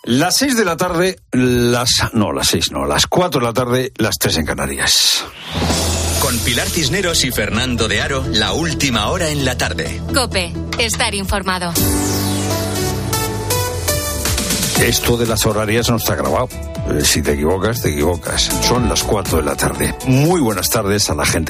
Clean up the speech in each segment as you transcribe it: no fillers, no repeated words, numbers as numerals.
Las 6 de la tarde, las 4 de la tarde, las 3 en Canarias. Con Pilar Cisneros y Fernando de Aro, la última hora en la tarde. COPE, estar informado. Esto de las horarias no está grabado. Si te equivocas, te equivocas. Son las 4 de la tarde. Muy buenas tardes a la gente.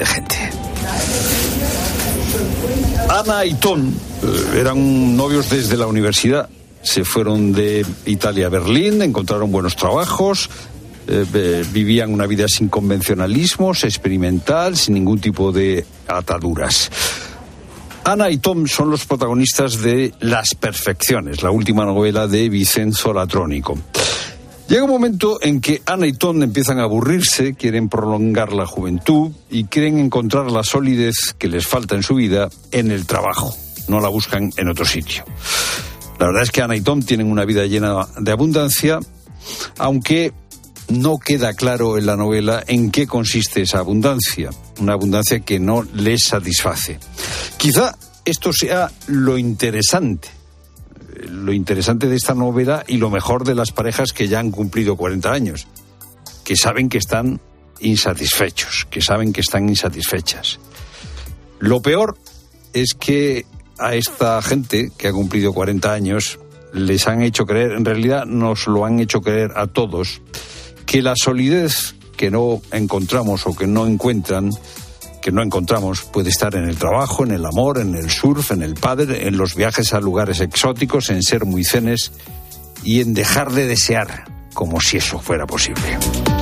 Ana y Tom eran novios desde la universidad. Se fueron de Italia a Berlín, encontraron buenos trabajos, vivían una vida sin convencionalismos, experimental, sin ningún tipo de ataduras. Ana y Tom son los protagonistas de Las Perfecciones, la última novela de Vincenzo Latrónico. Llega un momento en que Ana y Tom empiezan a aburrirse, quieren prolongar la juventud y quieren encontrar la solidez que les falta en su vida en el trabajo. No la buscan en otro sitio. La verdad es que Ana y Tom tienen una vida llena de abundancia, aunque no queda claro en la novela en qué consiste esa abundancia, una abundancia que no les satisface. Quizá esto sea lo interesante de esta novela y lo mejor de las parejas que ya han cumplido 40 años, que saben que están insatisfechos, que saben que están insatisfechas. Lo peor es que a esta gente que ha cumplido 40 años les han hecho creer, en realidad nos lo han hecho creer a todos, que la solidez que no encontramos o que no encontramos puede estar en el trabajo, en el amor, en el surf, en el pádel, en los viajes a lugares exóticos, en ser muy zenes y en dejar de desear, como si eso fuera posible.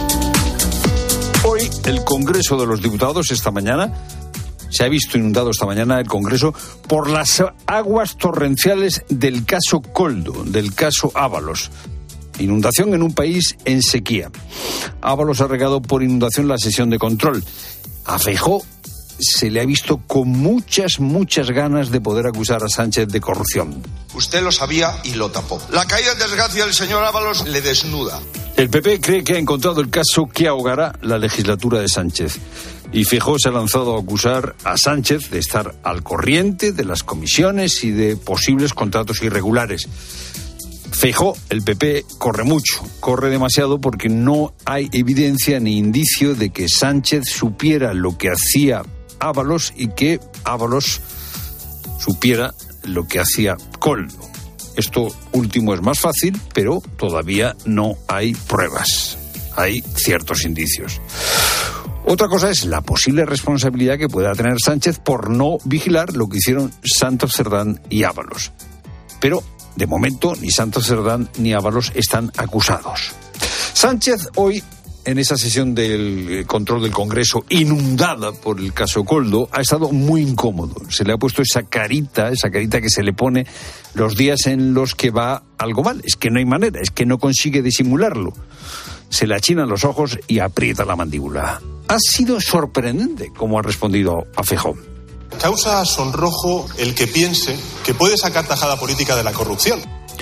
Hoy el Congreso de los Diputados esta mañana se ha visto inundado esta mañana el Congreso por las aguas torrenciales del caso Koldo, del caso Ábalos. Inundación en un país en sequía. Ábalos ha regado por inundación la sesión de control. A Feijóo se le ha visto con muchas ganas de poder acusar a Sánchez de corrupción. Usted lo sabía y lo tapó. La caída en desgracia del señor Ábalos le desnuda. El PP cree que ha encontrado el caso que ahogará la legislatura de Sánchez. Y Feijóo se ha lanzado a acusar a Sánchez de estar al corriente de las comisiones y de posibles contratos irregulares. Feijóo, el PP, corre demasiado porque no hay evidencia ni indicio de que Sánchez supiera lo que hacía Ábalos y que Ábalos supiera lo que hacía Koldo. Esto último es más fácil, pero todavía no hay pruebas. Hay ciertos indicios. Otra cosa es la posible responsabilidad que pueda tener Sánchez por no vigilar lo que hicieron Santos Cerdán y Ábalos. Pero, de momento, ni Santos Cerdán ni Ábalos están acusados. Sánchez hoy, en esa sesión del control del Congreso, inundada por el caso Koldo, ha estado muy incómodo. Se le ha puesto esa carita que se le pone los días en los que va algo mal. Es que no hay manera, es que no consigue disimularlo. Se le achinan los ojos y aprieta la mandíbula. Ha sido sorprendente cómo ha respondido a Feijóo. Causa sonrojo el que piense que puede sacar tajada política de la corrupción.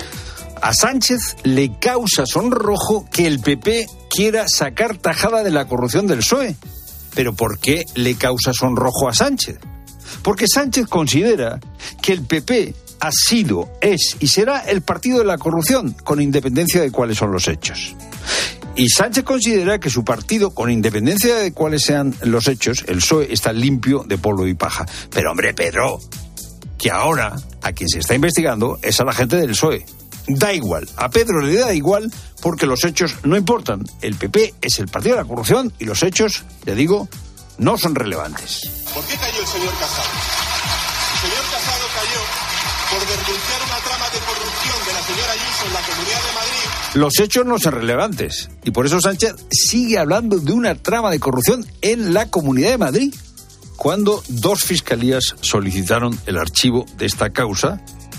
A Sánchez le causa sonrojo que el PP quiera sacar tajada de la corrupción del PSOE. ¿Pero por qué le causa sonrojo a Sánchez? Porque Sánchez considera que el PP ha sido, es y será el partido de la corrupción, con independencia de cuáles son los hechos. Y Sánchez considera que su partido, con independencia de cuáles sean los hechos, el PSOE, está limpio de polvo y paja. Pero hombre, Pedro, que ahora a quien se está investigando es a la gente del PSOE. Da igual, a Pedro le da igual porque los hechos no importan. El PP es el partido de la corrupción y los hechos, ya digo, no son relevantes. ¿Por qué cayó el señor Casado? El señor Casado cayó por denunciar una trama de corrupción de la señora Ayuso en la Comunidad de Madrid. Los hechos no son relevantes y por eso Sánchez sigue hablando de una trama de corrupción en la Comunidad de Madrid, cuando 2 fiscalías solicitaron el archivo de esta causa,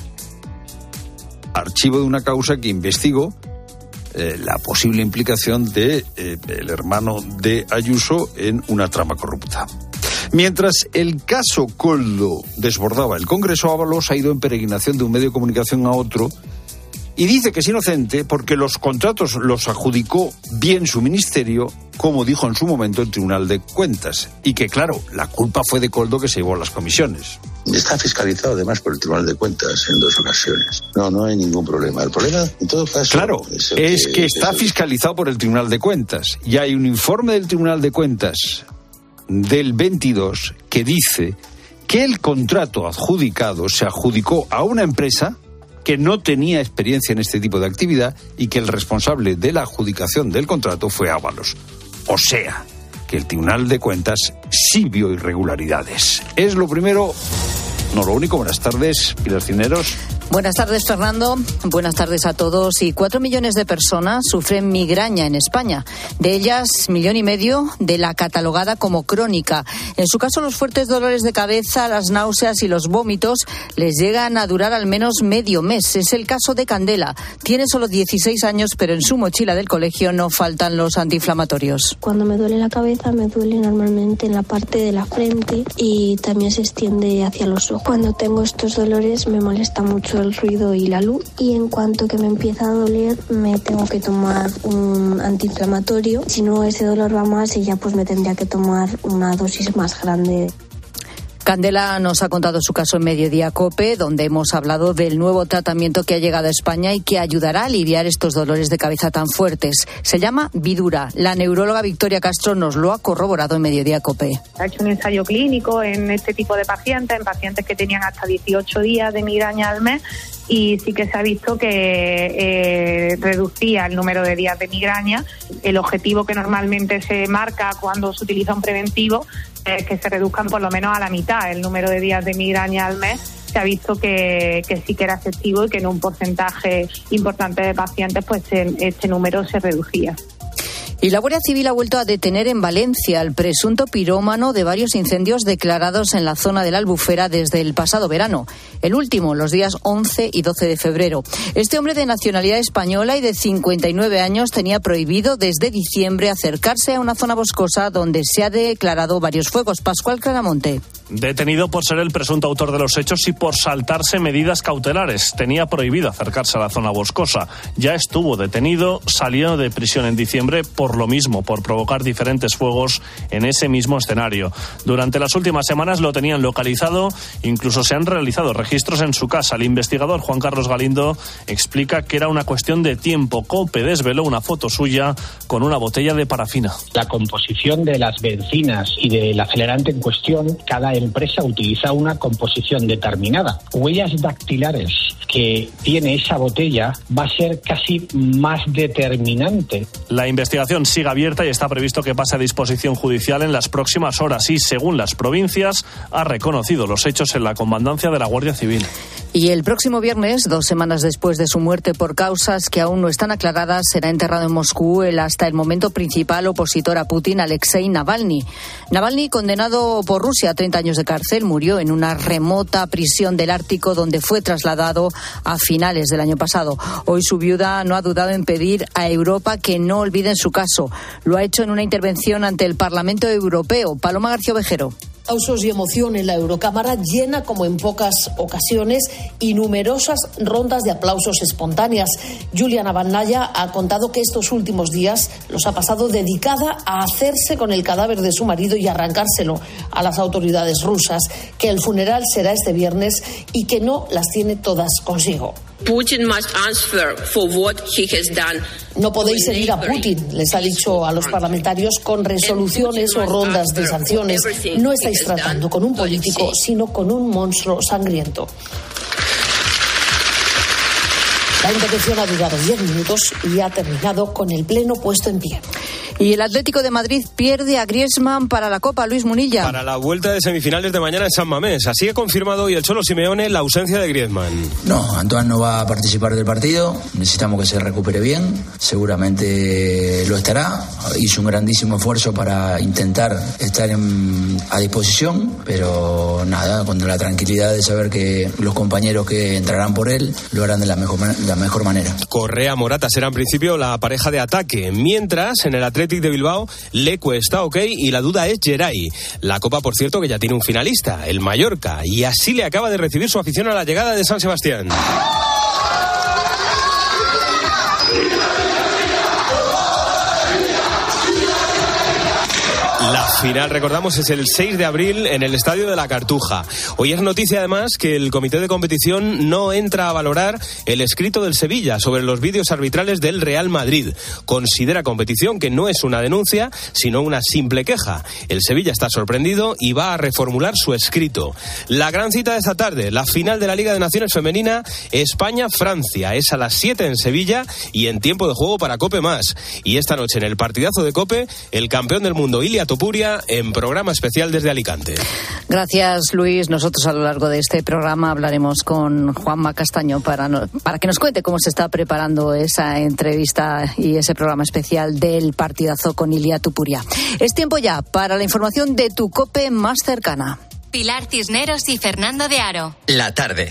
archivo de una causa que investigó la posible implicación de el hermano de Ayuso en una trama corrupta. Mientras el caso Koldo desbordaba el Congreso, Ábalos ha ido en peregrinación de un medio de comunicación a otro y dice que es inocente porque los contratos los adjudicó bien su ministerio, como dijo en su momento el Tribunal de Cuentas, y que, claro, la culpa fue de Koldo, que se llevó las comisiones. Está fiscalizado además por el Tribunal de Cuentas en 2 ocasiones. No hay ningún problema. El problema, en todo caso... Claro, es que está fiscalizado por el Tribunal de Cuentas. Y hay un informe del Tribunal de Cuentas del 22 que dice que el contrato adjudicado se adjudicó a una empresa que no tenía experiencia en este tipo de actividad y que el responsable de la adjudicación del contrato fue Ábalos. O sea, que el Tribunal de Cuentas sí vio irregularidades. Es lo primero, no lo único. Buenas tardes, Pilar Cisneros. Buenas tardes, Fernando. Buenas tardes a todos. Y 4 millones de personas sufren migraña en España. De ellas, 1,5 millones de la catalogada como crónica. En su caso, los fuertes dolores de cabeza, las náuseas y los vómitos les llegan a durar al menos medio mes. Es el caso de Candela. Tiene solo 16 años, pero en su mochila del colegio no faltan los antiinflamatorios. Cuando me duele la cabeza, me duele normalmente en la parte de la frente y también se extiende hacia los ojos. Cuando tengo estos dolores me molesta mucho el ruido y la luz, y en cuanto que me empieza a doler me tengo que tomar un antiinflamatorio. Si no, ese dolor va más y ya pues me tendría que tomar una dosis más grande. Candela nos ha contado su caso en Mediodía COPE, donde hemos hablado del nuevo tratamiento que ha llegado a España y que ayudará a aliviar estos dolores de cabeza tan fuertes. Se llama Vidura. La neuróloga Victoria Castro nos lo ha corroborado en Mediodía COPE. Ha hecho un ensayo clínico en este tipo de pacientes, en pacientes que tenían hasta 18 días de migraña al mes, y sí que se ha visto que reducía el número de días de migraña. El objetivo que normalmente se marca cuando se utiliza un preventivo es que se reduzcan por lo menos a la mitad el número de días de migraña al mes. Se ha visto que sí que era efectivo y que en un porcentaje importante de pacientes pues este número se reducía. Y la Guardia Civil ha vuelto a detener en Valencia al presunto pirómano de varios incendios declarados en la zona de la Albufera desde el pasado verano. El último, los días 11 y 12 de febrero. Este hombre de nacionalidad española y de 59 años tenía prohibido desde diciembre acercarse a una zona boscosa donde se ha declarado varios fuegos. Pascual Claramonte. Detenido por ser el presunto autor de los hechos y por saltarse medidas cautelares. Tenía prohibido acercarse a la zona boscosa. Ya estuvo detenido, salió de prisión en diciembre por lo mismo, por provocar diferentes fuegos en ese mismo escenario. Durante las últimas semanas lo tenían localizado, incluso se han realizado registros en su casa. El investigador Juan Carlos Galindo explica que era una cuestión de tiempo. COPE desveló una foto suya con una botella de parafina. La composición de las bencinas y del acelerante en cuestión, cada empresa utiliza una composición determinada. Huellas dactilares que tiene esa botella va a ser casi más determinante. La investigación sigue abierta y está previsto que pase a disposición judicial en las próximas horas y, según las provincias, ha reconocido los hechos en la comandancia de la Guardia Civil. Y el próximo viernes, 2 semanas después de su muerte por causas que aún no están aclaradas, será enterrado en Moscú el hasta el momento principal opositor a Putin, Alexei Navalny. Navalny, condenado por Rusia a 30 años de cárcel, murió en una remota prisión del Ártico donde fue trasladado a finales del año pasado. Hoy su viuda no ha dudado en pedir a Europa que no olviden su caso. Lo ha hecho en una intervención ante el Parlamento Europeo. Paloma García Ovejero. Aplausos y emoción en la Eurocámara, llena como en pocas ocasiones, y numerosas rondas de aplausos espontáneas. Yulia Navalnaya ha contado que estos últimos días los ha pasado dedicada a hacerse con el cadáver de su marido y arrancárselo a las autoridades rusas, que el funeral será este viernes y que no las tiene todas consigo. Putin must answer for what he has done. No podéis herir a Putin, les ha dicho a los parlamentarios, con resoluciones o rondas de sanciones. No estáis tratando con un político, sino con un monstruo sangriento. La intervención ha durado 10 minutos y ha terminado con el pleno puesto en pie. Y el Atlético de Madrid pierde a Griezmann para la Copa. Luis Munilla. Para la vuelta de semifinales de mañana en San Mamés. Así ha confirmado hoy el Cholo Simeone la ausencia de Griezmann. No, Antoine no va a participar del partido. Necesitamos que se recupere bien. Seguramente lo estará. Hizo un grandísimo esfuerzo para intentar estar a disposición. Pero nada, con la tranquilidad de saber que los compañeros que entrarán por él lo harán de la mejor manera. Correa, Morata será en principio la pareja de ataque. Mientras, en el Atlético de Bilbao, Lecu está ok y la duda es Geray. La Copa, por cierto, que ya tiene un finalista, el Mallorca, y así le acaba de recibir su afición a la llegada de San Sebastián. La final, recordamos, es el 6 de abril en el Estadio de la Cartuja. Hoy es noticia, además, que el Comité de Competición no entra a valorar el escrito del Sevilla sobre los vídeos arbitrales del Real Madrid. Considera competición que no es una denuncia, sino una simple queja. El Sevilla está sorprendido y va a reformular su escrito. La gran cita de esta tarde, la final de la Liga de Naciones Femenina, España-Francia. Es a las 7 en Sevilla y en tiempo de juego para COPE+. Y esta noche en el partidazo de COPE, el campeón del mundo Ilia Topuria en programa especial desde Alicante. Gracias, Luis. Nosotros a lo largo de este programa hablaremos con Juanma Castaño para que nos cuente cómo se está preparando esa entrevista y ese programa especial del partidazo con Ilia Topuria. Es tiempo ya para la información de tu COPE más cercana. Pilar Cisneros y Fernando de Aro. La tarde.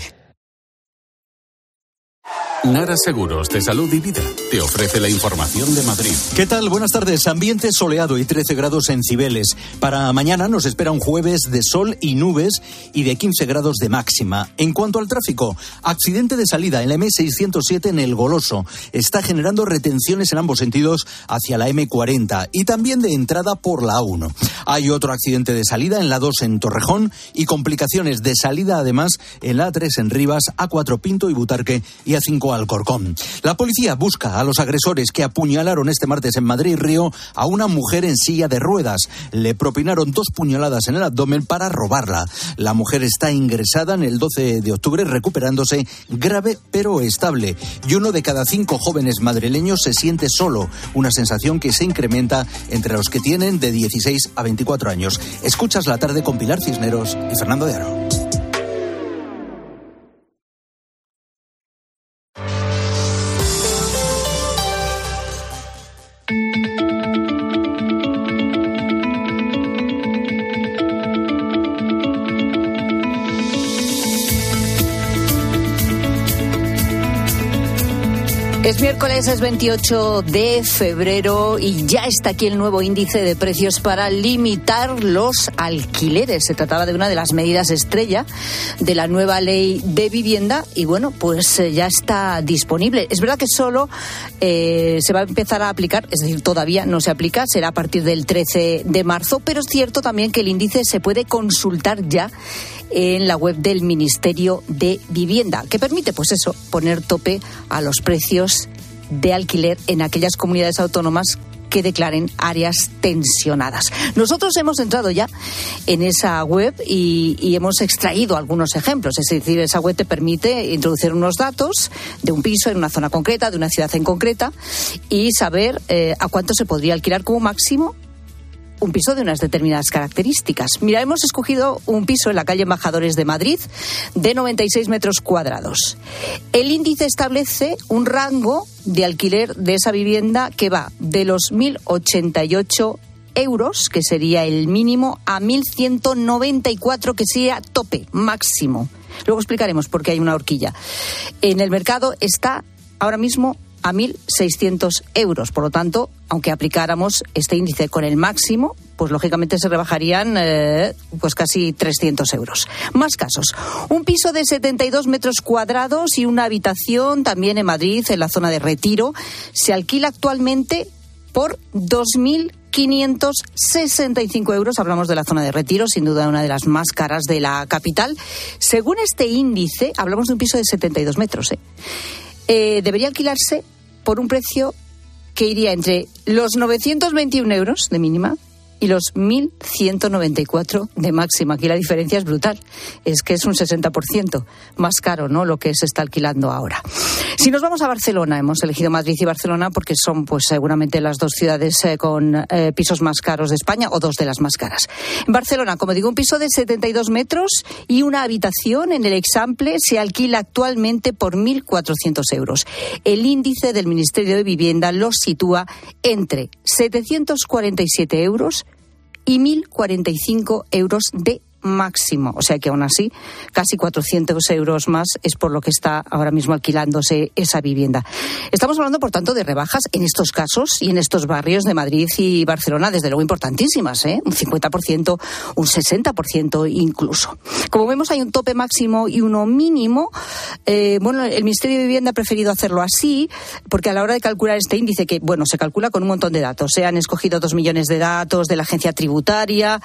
Nara Seguros de Salud y Vida te ofrece la información de Madrid. ¿Qué tal? Buenas tardes. Ambiente soleado y 13 grados en Cibeles. Para mañana nos espera un jueves de sol y nubes y de 15 grados de máxima. En cuanto al tráfico, accidente de salida en la M607 en El Goloso. Está generando retenciones en ambos sentidos hacia la M40 y también de entrada por la A1. Hay otro accidente de salida en la 2 en Torrejón y complicaciones de salida además en la A3 en Rivas, A4 Pinto y Butarque y A5 Alcorcón. La policía busca a los agresores que apuñalaron este martes en Madrid Río a una mujer en silla de ruedas. Le propinaron 2 puñaladas en el abdomen para robarla. La mujer está ingresada en el 12 de octubre recuperándose grave pero estable. Y 1 de cada 5 jóvenes madrileños se siente solo, una sensación que se incrementa entre los que tienen de 16 a 24 años. Escuchas La Tarde con Pilar Cisneros y Fernando de Aro. Es miércoles, es 28 de febrero y ya está aquí el nuevo índice de precios para limitar los alquileres. Se trataba de una de las medidas estrella de la nueva ley de vivienda y bueno, pues ya está disponible. Es verdad que solo se va a empezar a aplicar, es decir, todavía no se aplica, será a partir del 13 de marzo, pero es cierto también que el índice se puede consultar ya en la web del Ministerio de Vivienda, que permite, pues eso, poner tope a los precios de alquiler en aquellas comunidades autónomas que declaren áreas tensionadas. Nosotros hemos entrado ya en esa web y hemos extraído algunos ejemplos. Es decir, esa web te permite introducir unos datos de un piso en una zona concreta, de una ciudad en concreta, y saber a cuánto se podría alquilar como máximo un piso de unas determinadas características. Mira, hemos escogido un piso en la calle Embajadores de Madrid de 96 metros cuadrados. El índice establece un rango de alquiler de esa vivienda que va de los 1.088 euros, que sería el mínimo, a 1.194, que sería tope máximo. Luego explicaremos por qué hay una horquilla. En el mercado está ahora mismo a 1.600 euros. Por lo tanto, aunque aplicáramos este índice con el máximo, pues lógicamente se rebajarían pues casi 300 euros. Más casos. Un piso de 72 metros cuadrados y una habitación también en Madrid, en la zona de Retiro, se alquila actualmente por 2.565 euros. Hablamos de la zona de Retiro, sin duda una de las más caras de la capital. Según este índice, hablamos de un piso de 72 metros. Debería alquilarse por un precio que iría entre los 921 euros de mínima y los 1.194 de máxima. Aquí la diferencia es brutal. Es que es un 60% más caro, ¿no?, lo que se está alquilando ahora. Si nos vamos a Barcelona, hemos elegido Madrid y Barcelona porque son pues seguramente las dos ciudades con pisos más caros de España, o dos de las más caras. En Barcelona, como digo, un piso de 72 metros y una habitación en el Example se alquila actualmente por 1.400 euros. El índice del Ministerio de Vivienda los sitúa entre 747 euros y 1.045 euros de máximo. O sea que aún así, casi 400 euros más es por lo que está ahora mismo alquilándose esa vivienda. Estamos hablando, por tanto, de rebajas en estos casos y en estos barrios de Madrid y Barcelona, desde luego importantísimas, un 50%, un 60% incluso. Como vemos, hay un tope máximo y uno mínimo. El Ministerio de Vivienda ha preferido hacerlo así, porque a la hora de calcular este índice, que se calcula con un montón de datos, se han escogido 2 millones de datos de la agencia tributaria,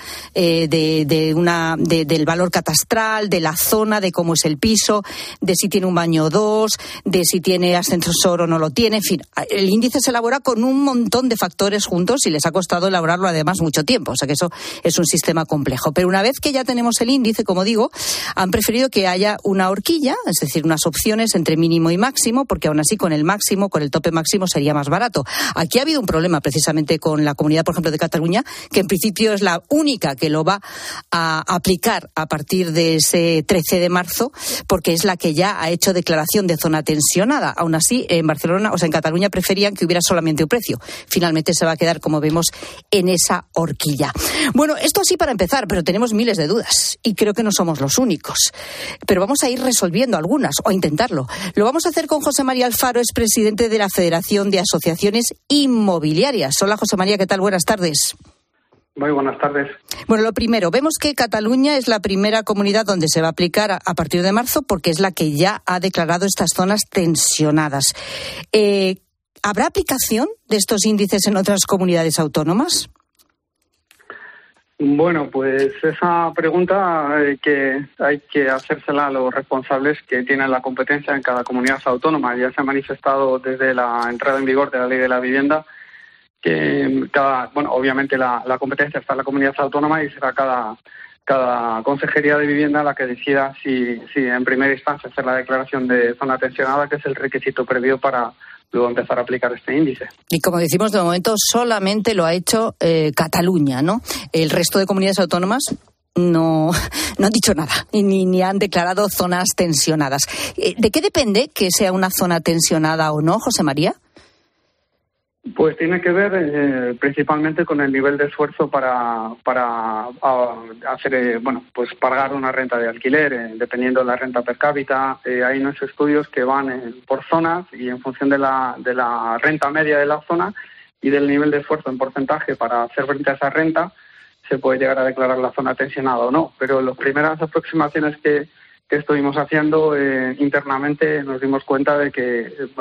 del valor catastral, de la zona, de cómo es el piso, de si tiene un baño o dos, de si tiene ascensor o no lo tiene, en fin, el índice se elabora con un montón de factores juntos y les ha costado elaborarlo además mucho tiempo, o sea que eso es un sistema complejo. Pero una vez que ya tenemos el índice, como digo, han preferido que haya una horquilla, es decir, unas opciones entre mínimo y máximo, porque aún así con el tope máximo sería más barato. Aquí ha habido un problema precisamente con la comunidad, por ejemplo, de Cataluña, que en principio es la única que lo va a aplicar a partir de ese 13 de marzo, porque es la que ya ha hecho declaración de zona tensionada. Aún así, en Barcelona, en Cataluña preferían que hubiera solamente un precio. Finalmente se va a quedar, como vemos, en esa horquilla. Bueno, esto así para empezar, pero tenemos miles de dudas y creo que no somos los únicos. Pero vamos a ir resolviendo algunas, o a intentarlo. Lo vamos a hacer con José María Alfaro, es presidente de la Federación de Asociaciones Inmobiliarias. Hola, José María, ¿qué tal? Buenas tardes. Muy buenas tardes. Bueno, lo primero, vemos que Cataluña es la primera comunidad donde se va a aplicar a partir de marzo, porque es la que ya ha declarado estas zonas tensionadas. ¿Habrá aplicación de estos índices en otras comunidades autónomas? Bueno, pues esa pregunta hay que hacérsela a los responsables que tienen la competencia en cada comunidad autónoma. Ya se ha manifestado desde la entrada en vigor de la Ley de la Vivienda que obviamente la competencia está en la comunidad autónoma y será cada consejería de vivienda la que decida si en primera instancia hacer la declaración de zona tensionada, que es el requisito previo para luego empezar a aplicar este índice. Y como decimos, de momento solamente lo ha hecho Cataluña, ¿no? El resto de comunidades autónomas no han dicho nada, ni han declarado zonas tensionadas. ¿De qué depende que sea una zona tensionada o no, José María? Pues tiene que ver principalmente con el nivel de esfuerzo para hacer, pagar una renta de alquiler, dependiendo de la renta per cápita. Hay unos estudios que van por zonas y en función de la renta media de la zona y del nivel de esfuerzo en porcentaje para hacer frente a esa renta, se puede llegar a declarar la zona tensionada o no. Pero las primeras aproximaciones que estuvimos haciendo internamente nos dimos cuenta de que el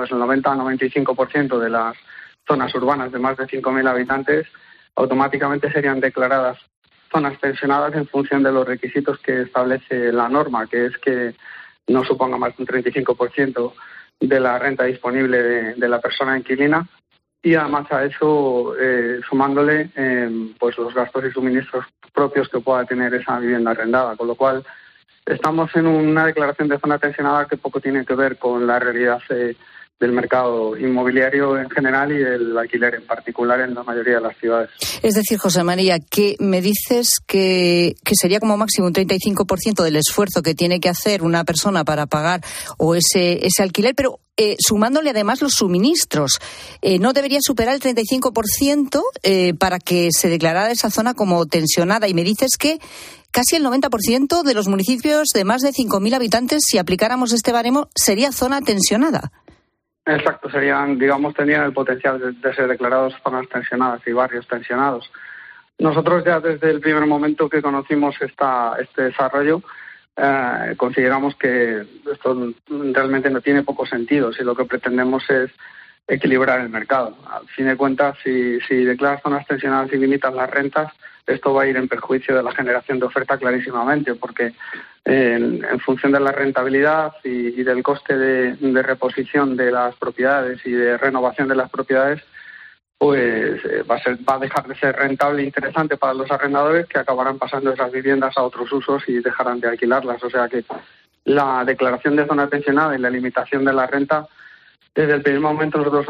90-95% de las zonas urbanas de más de 5.000 habitantes automáticamente serían declaradas zonas tensionadas en función de los requisitos que establece la norma, que es que no suponga más de un 35% de la renta disponible de la persona inquilina, y además a eso sumándole los gastos y suministros propios que pueda tener esa vivienda arrendada, con lo cual estamos en una declaración de zona tensionada que poco tiene que ver con la realidad del mercado inmobiliario en general y del alquiler en particular en la mayoría de las ciudades. Es decir, José María, que me dices que sería como máximo un 35% del esfuerzo que tiene que hacer una persona para pagar o ese alquiler, pero sumándole además los suministros. No debería superar el 35% para que se declarara esa zona como tensionada. Y me dices que casi el 90% de los municipios de más de 5.000 habitantes, si aplicáramos este baremo, sería zona tensionada. Exacto, tendrían el potencial de ser declarados zonas tensionadas y barrios tensionados. Nosotros ya desde el primer momento que conocimos este desarrollo consideramos que esto realmente no tiene poco sentido si lo que pretendemos es equilibrar el mercado. Al fin de cuentas, si declaras zonas tensionadas y limitas las rentas, esto va a ir en perjuicio de la generación de oferta clarísimamente, porque en función de la rentabilidad y del coste de reposición de las propiedades y de renovación de las propiedades, pues va a dejar de ser rentable e interesante para los arrendadores, que acabarán pasando esas viviendas a otros usos y dejarán de alquilarlas. O sea que la declaración de zona tensionada y la limitación de la renta, desde el primer momento nosotros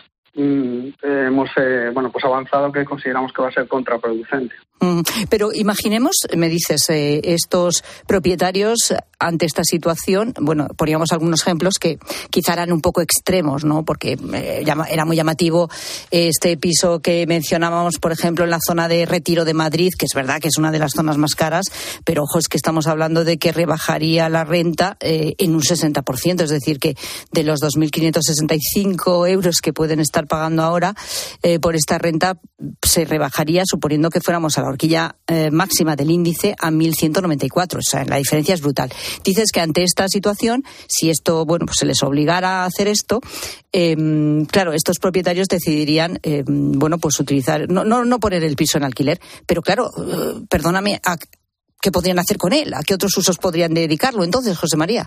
hemos avanzado que consideramos que va a ser contraproducente. Pero imaginemos, me dices, estos propietarios ante esta situación, bueno, poníamos algunos ejemplos que quizá eran un poco extremos, ¿no? Porque era muy llamativo este piso que mencionábamos, por ejemplo, en la zona de Retiro de Madrid, que es verdad que es una de las zonas más caras, pero ojo, es que estamos hablando de que rebajaría la renta en un 60%, es decir, que de los 2.565 euros que pueden estar pagando ahora por esta renta, se rebajaría, suponiendo que fuéramos a la horquilla máxima del índice, a 1.194. O sea, la diferencia es brutal. Dices que ante esta situación, si esto, bueno, pues se les obligara a hacer esto, claro, estos propietarios decidirían, bueno, pues utilizar, no poner el piso en alquiler, pero claro, perdóname, ¿qué podrían hacer con él? ¿A qué otros usos podrían dedicarlo entonces, José María?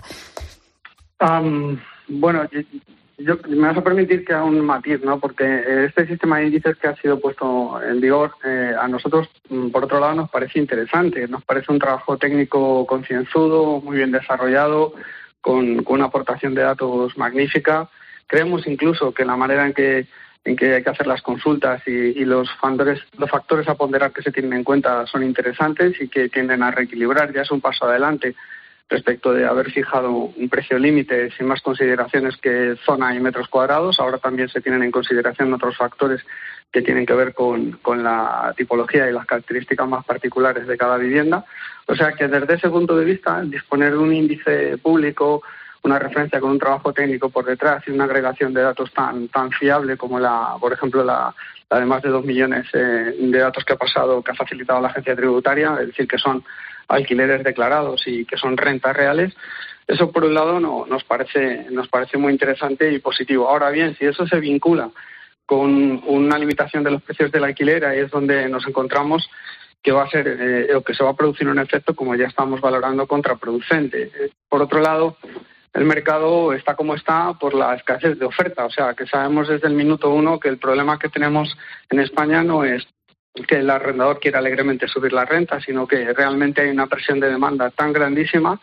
Bueno, me vas a permitir que haga un matiz, ¿no? Porque este sistema de índices que ha sido puesto en vigor, a nosotros, por otro lado, nos parece interesante. Nos parece un trabajo técnico concienzudo, muy bien desarrollado, con una aportación de datos magnífica. Creemos incluso que la manera en que hay que hacer las consultas y los factores a ponderar que se tienen en cuenta son interesantes y que tienden a reequilibrar. Ya es un paso adelante respecto de haber fijado un precio límite sin más consideraciones que zona y metros cuadrados. Ahora también se tienen en consideración otros factores que tienen que ver con la tipología y las características más particulares de cada vivienda. O sea que desde ese punto de vista, disponer de un índice público, una referencia con un trabajo técnico por detrás y una agregación de datos tan fiable como por ejemplo, la de más de 2 millones de datos que ha facilitado la agencia tributaria, es decir, que son alquileres declarados y que son rentas reales. Eso, por un lado, nos parece muy interesante y positivo. Ahora bien, si eso se vincula con una limitación de los precios del alquiler, ahí es donde nos encontramos que va a ser o que se va a producir un efecto, como ya estamos valorando, contraproducente. Por otro lado, el mercado está como está por la escasez de oferta. O sea, que sabemos desde el minuto uno que el problema que tenemos en España no es que el arrendador quiera alegremente subir la renta, sino que realmente hay una presión de demanda tan grandísima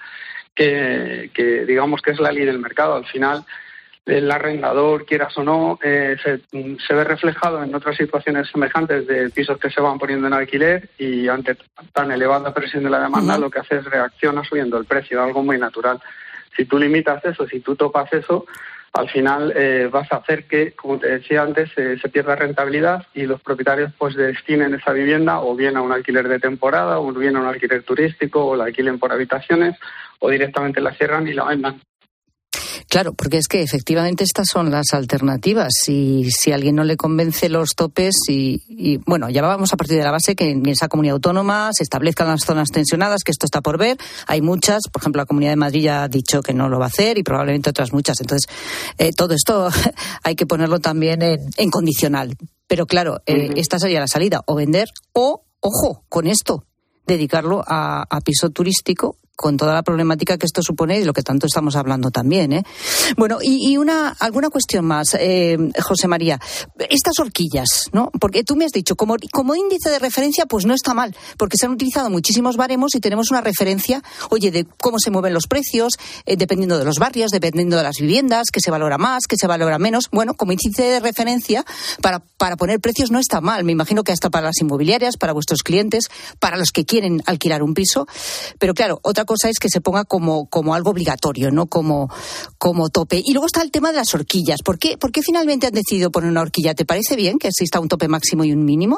que digamos que es la ley del mercado. Al final, el arrendador, quieras o no, se ve reflejado en otras situaciones semejantes de pisos que se van poniendo en alquiler y ante tan elevada presión de la demanda, lo que hace es reacciona subiendo el precio, algo muy natural. Si tú limitas eso, si tú topas eso, al final vas a hacer que, como te decía antes, se pierda rentabilidad y los propietarios pues destinen esa vivienda o bien a un alquiler de temporada o bien a un alquiler turístico o la alquilen por habitaciones o directamente la cierran y la vendan. Claro, porque es que efectivamente estas son las alternativas. Si a alguien no le convence los topes y bueno, ya vamos a partir de la base que en esa comunidad autónoma se establezcan las zonas tensionadas, que esto está por ver. Hay muchas, por ejemplo, la Comunidad de Madrid ya ha dicho que no lo va a hacer y probablemente otras muchas. Entonces, todo esto hay que ponerlo también en condicional. Pero claro, esta sería la salida, o vender o, ojo, con esto, dedicarlo a piso turístico, con toda la problemática que esto supone y de lo que tanto estamos hablando también, ¿eh? Bueno, y alguna cuestión más, José María. Estas horquillas, ¿no? Porque tú me has dicho, como índice de referencia, pues no está mal, porque se han utilizado muchísimos baremos y tenemos una referencia, oye, de cómo se mueven los precios, dependiendo de los barrios, dependiendo de las viviendas, que se valora más, que se valora menos. Bueno, como índice de referencia, para poner precios no está mal. Me imagino que hasta para las inmobiliarias, para vuestros clientes, para los que quieren alquilar un piso. Pero claro, otra cosa es que se ponga como algo obligatorio, no como tope. Y luego está el tema de las horquillas. ¿Por qué finalmente han decidido poner una horquilla? ¿Te parece bien que exista un tope máximo y un mínimo?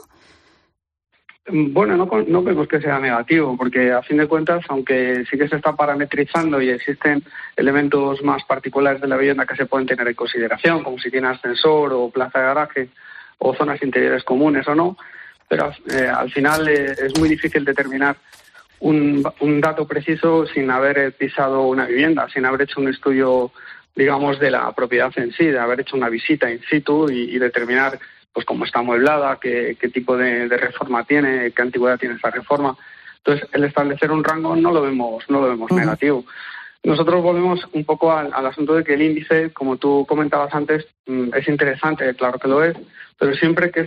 Bueno, no vemos que sea negativo, porque a fin de cuentas, aunque sí que se está parametrizando y existen elementos más particulares de la vivienda que se pueden tener en consideración, como si tiene ascensor o plaza de garaje o zonas interiores comunes o no, pero al final es muy difícil determinar un dato preciso sin haber pisado una vivienda, sin haber hecho un estudio, digamos, de la propiedad en sí, de haber hecho una visita in situ y determinar pues cómo está amueblada, qué tipo de reforma tiene, qué antigüedad tiene esa reforma. Entonces, el establecer un rango no lo vemos negativo. Nosotros volvemos un poco al asunto de que el índice, como tú comentabas antes, es interesante, claro que lo es, pero siempre que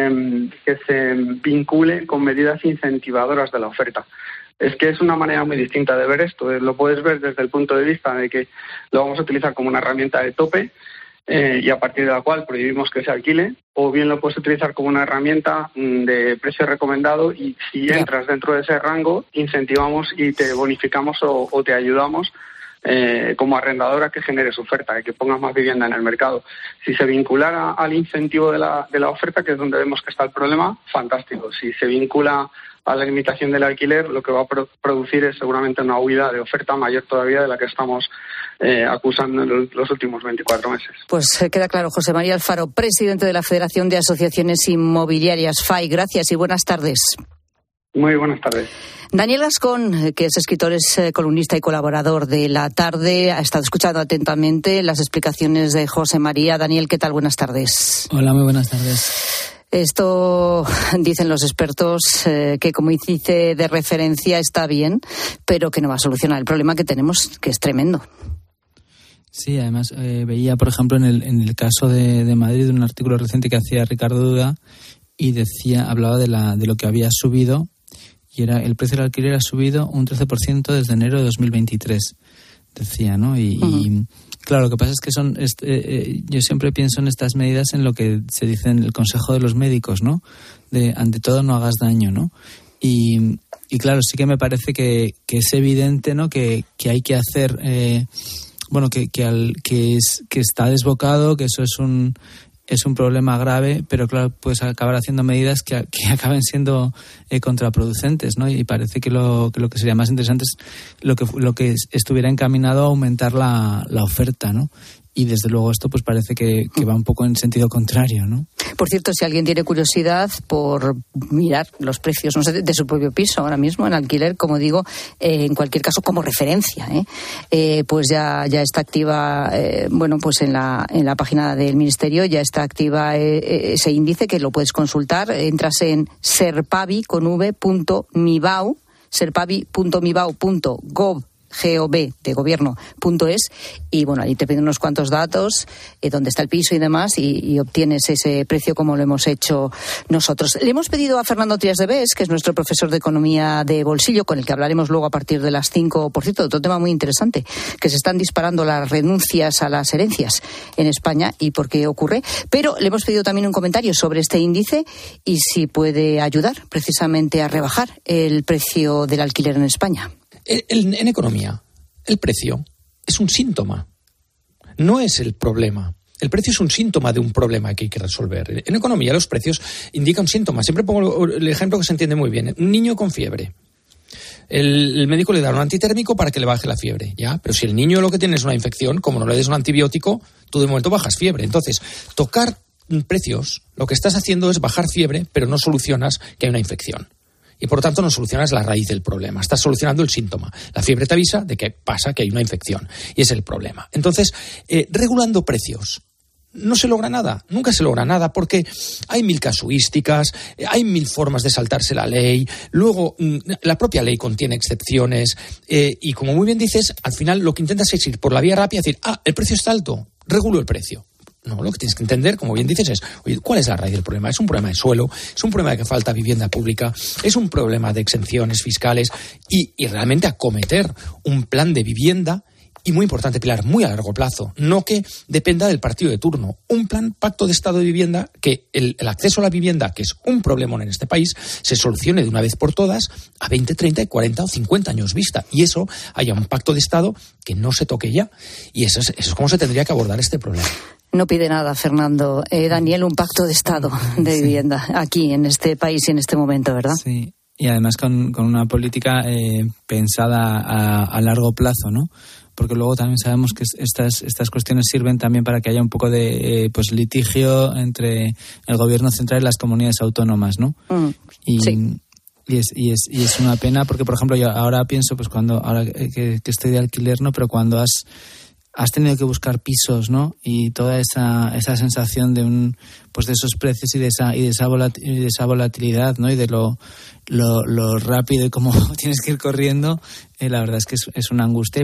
se vincule con medidas incentivadoras de la oferta. Es que es una manera muy distinta de ver esto. Lo puedes ver desde el punto de vista de que lo vamos a utilizar como una herramienta de tope y a partir de la cual prohibimos que se alquile, o bien lo puedes utilizar como una herramienta de precio recomendado, y si entras dentro de ese rango, incentivamos y te bonificamos o te ayudamos como arrendador a que generes oferta, a que pongas más vivienda en el mercado. Si se vinculara al incentivo de la oferta, que es donde vemos que está el problema, fantástico. Si se vincula a la limitación del alquiler, lo que va a producir es seguramente una huida de oferta mayor todavía de la que estamos acusando en los últimos 24 meses. Pues queda claro. José María Alfaro, presidente de la Federación de Asociaciones Inmobiliarias, FAI. Gracias y buenas tardes. Muy buenas tardes. Daniel Gascón, que es escritor, es columnista y colaborador de La Tarde, ha estado escuchando atentamente las explicaciones de José María. Daniel, ¿qué tal? Buenas tardes. Hola, muy buenas tardes. Esto, dicen los expertos, que como índice de referencia está bien, pero que no va a solucionar el problema que tenemos, que es tremendo. Sí, además veía, por ejemplo, en el caso de Madrid, un artículo reciente que hacía Ricardo Duda, y hablaba de lo que había subido, y era el precio del alquiler ha subido un 13% desde enero de 2023, decía, ¿no? Y claro, lo que pasa es que yo siempre pienso en estas medidas en lo que se dice en el Consejo de los Médicos, ¿no? De ante todo no hagas daño, ¿no? Y claro, sí que me parece que es evidente, ¿no? Que hay que hacer, que está desbocado, que eso es un problema grave, pero claro, puedes acabar haciendo medidas que acaben siendo contraproducentes, ¿no? Y parece que lo que sería más interesante es lo que estuviera encaminado a aumentar la oferta, ¿no? Y desde luego esto pues parece que va un poco en sentido contrario, ¿no? Por cierto, si alguien tiene curiosidad por mirar los precios, no sé, de su propio piso ahora mismo en alquiler, como digo, en cualquier caso como referencia, pues ya está activa, pues en la página del Ministerio ya está activa ese índice, que lo puedes consultar. Entras en serpavi.mibau, serpavi.mibau.gov de gobierno.es, y bueno, ahí te piden unos cuantos datos, dónde está el piso y demás, y obtienes ese precio como lo hemos hecho nosotros. Le hemos pedido a Fernando Trias de Bes, que es nuestro profesor de economía de bolsillo, con el que hablaremos luego a partir de las 5, por cierto, otro tema muy interesante, que se están disparando las renuncias a las herencias en España y por qué ocurre, pero le hemos pedido también un comentario sobre este índice y si puede ayudar precisamente a rebajar el precio del alquiler en España. En economía, el precio es un síntoma, no es el problema. El precio es un síntoma de un problema que hay que resolver. En economía, los precios indican un síntoma. Siempre pongo el ejemplo que se entiende muy bien. Un niño con fiebre. El médico le da un antitérmico para que le baje la fiebre, ¿ya? Pero si el niño lo que tiene es una infección, como no le des un antibiótico, tú de momento bajas fiebre. Entonces, tocar precios, lo que estás haciendo es bajar fiebre, pero no solucionas que hay una infección. Y por lo tanto no solucionas la raíz del problema, estás solucionando el síntoma. La fiebre te avisa de que pasa, que hay una infección, y es el problema. Entonces, regulando precios no se logra nada, nunca se logra nada, porque hay 1000 casuísticas, hay 1000 formas de saltarse la ley, luego la propia ley contiene excepciones, y como muy bien dices, al final lo que intentas es ir por la vía rápida y decir, el precio está alto, regulo el precio. No, lo que tienes que entender, como bien dices, es, oye, ¿cuál es la raíz del problema? ¿Es un problema de suelo? ¿Es un problema de que falta vivienda pública? ¿Es un problema de exenciones fiscales? Y realmente acometer un plan de vivienda, y muy importante, Pilar, muy a largo plazo, no que dependa del partido de turno. Un plan, pacto de estado de vivienda, que el acceso a la vivienda, que es un problemón en este país, se solucione de una vez por todas a 20, 30, 40 o 50 años vista. Y eso, haya un pacto de estado que no se toque ya. Y eso es como se tendría que abordar este problema. No pide nada, Fernando. Daniel, un pacto de Estado de vivienda aquí, en este país y en este momento, ¿verdad? Sí, y además con una política pensada a largo plazo, ¿no? Porque luego también sabemos que estas cuestiones sirven también para que haya un poco de litigio entre el gobierno central y las comunidades autónomas, ¿no? Sí. Y es una pena porque, por ejemplo, yo ahora pienso, pues ahora que estoy de alquiler, ¿no? Pero cuando has tenido que buscar pisos, ¿no? Y toda esa sensación de de esos precios y de esa volatilidad, ¿no? Y de lo rápido y cómo tienes que ir corriendo, la verdad es que es una angustia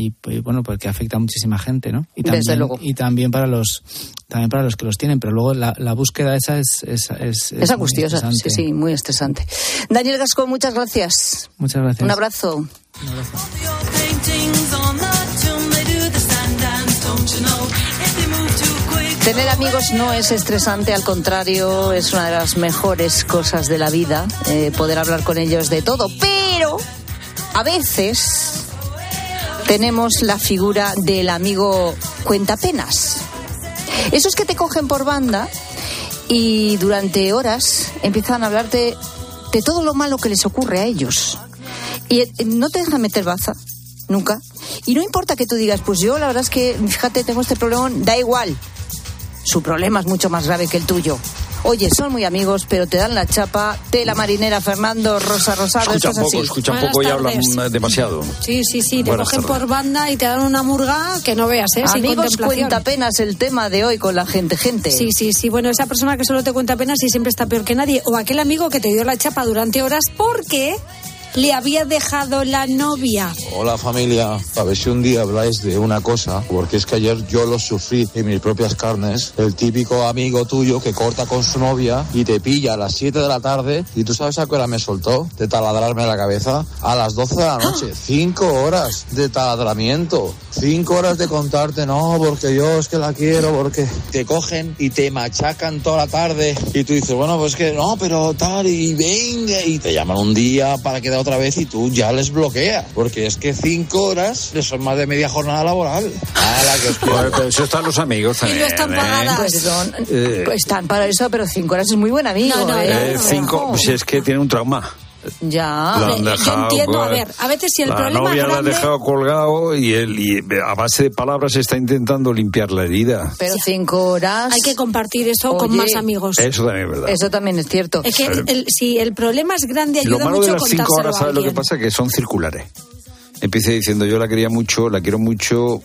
porque afecta a muchísima gente, ¿no? Y también, desde luego. Y también para los que los tienen, pero luego la búsqueda esa es angustiosa, sí, muy estresante. Daniel Gascón, muchas gracias. Muchas gracias. Un abrazo. Un abrazo. Don't you know if they move too Tener amigos no es estresante, al contrario, es una de las mejores cosas de la vida, poder hablar con ellos de todo, pero a veces tenemos la figura del amigo cuentapenas. Esos que te cogen por banda y durante horas empiezan a hablarte de todo lo malo que les ocurre a ellos. Y no te dejan meter baza, nunca. Y no importa que tú digas, pues yo la verdad es que, fíjate, tengo este problema, da igual. Su problema es mucho más grave que el tuyo. Oye, son muy amigos, pero te dan la chapa. Tela marinera, Fernando, Rosa Rosado. Escuchan poco y hablan demasiado. Sí, te cogen por banda y te dan una murga que no veas, sin amigos contemplación. Cuenta penas el tema de hoy con la gente. Sí, bueno, esa persona que solo te cuenta penas y siempre está peor que nadie. O aquel amigo que te dio la chapa durante horas porque le había dejado la novia. Hola familia, a ver si un día habláis de una cosa, porque es que ayer yo lo sufrí en mis propias carnes. El típico amigo tuyo que corta con su novia y te pilla a las 7 de la tarde y tú sabes a qué hora me soltó de taladrarme la cabeza. A las 12 de la noche, 5 horas de taladramiento, 5 horas de contarte, no, porque yo es que la quiero, porque te cogen y te machacan toda la tarde y tú dices, bueno, pues que no, pero tal, y venga, y te llaman un día para quedar otra vez y tú ya les bloqueas, porque es que 5 horas son más de media jornada laboral. Pero eso están los amigos también. Y no están pagadas. Perdón, pues están para eso, pero 5 horas es muy buen amigo. No. Pues es que tiene un trauma. Ya, yo entiendo, a veces si el problema es grande... La novia la ha dejado colgado y a base de palabras está intentando limpiar la herida. Pero 5 horas... Hay que compartir eso con más amigos. Eso también es verdad. Eso también es cierto. Es que si el problema es grande, ayuda mucho a contárselo a alguien. Lo malo de las 5 horas, ¿sabes lo que pasa? Que son circulares. Empecé diciendo, yo la quería mucho, la quiero mucho,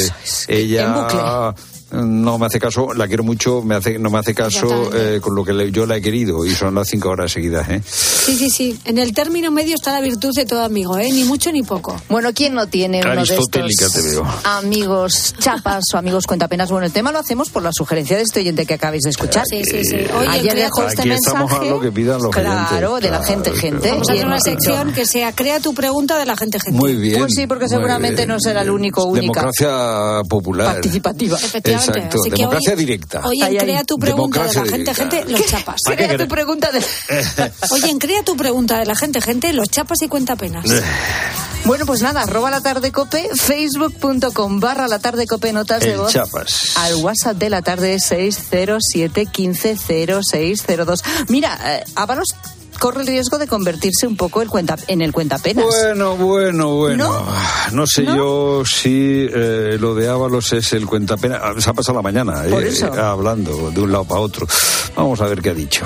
ella... No me hace caso, la quiero mucho, no me hace caso con lo que yo la he querido, y son las 5 horas seguidas, Sí. En el término medio está la virtud de todo amigo, ni mucho ni poco. Bueno, ¿quién no tiene uno de estos te veo. amigos chapas o amigos cuentapenas? Bueno, el tema lo hacemos por la sugerencia de este oyente que acabáis de escuchar. Sí. Oye, ayer dejó este mensaje. A lo que pidan los claro, de la gente. Vamos a hacer una sección que sea crea tu pregunta de la gente. Muy bien. Pues sí, porque seguramente no será el única. Democracia popular. Participativa. Efectivamente. Exacto. Democracia directa. Oye, crea tu pregunta de la gente, los chapas. Crea tu pregunta de... Oye, crea tu pregunta de la gente, los chapas y cuentapenas. Bueno, pues nada, @latardecope, facebook.com/latardecope, notas de voz. Chapas. Al WhatsApp de la tarde 607 15 0602. Mira, Ábalos corre el riesgo de convertirse un poco en el cuentapenas. Bueno. No sé yo si lo de Ábalos es el cuentapenas. Se ha pasado la mañana hablando de un lado para otro. Vamos a ver qué ha dicho.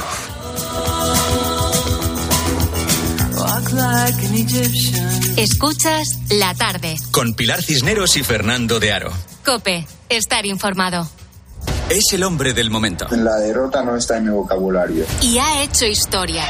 Escuchas La Tarde. Con Pilar Cisneros y Fernando de Aro. COPE. Estar informado. Es el hombre del momento. La derrota no está en mi vocabulario. Y ha hecho historia.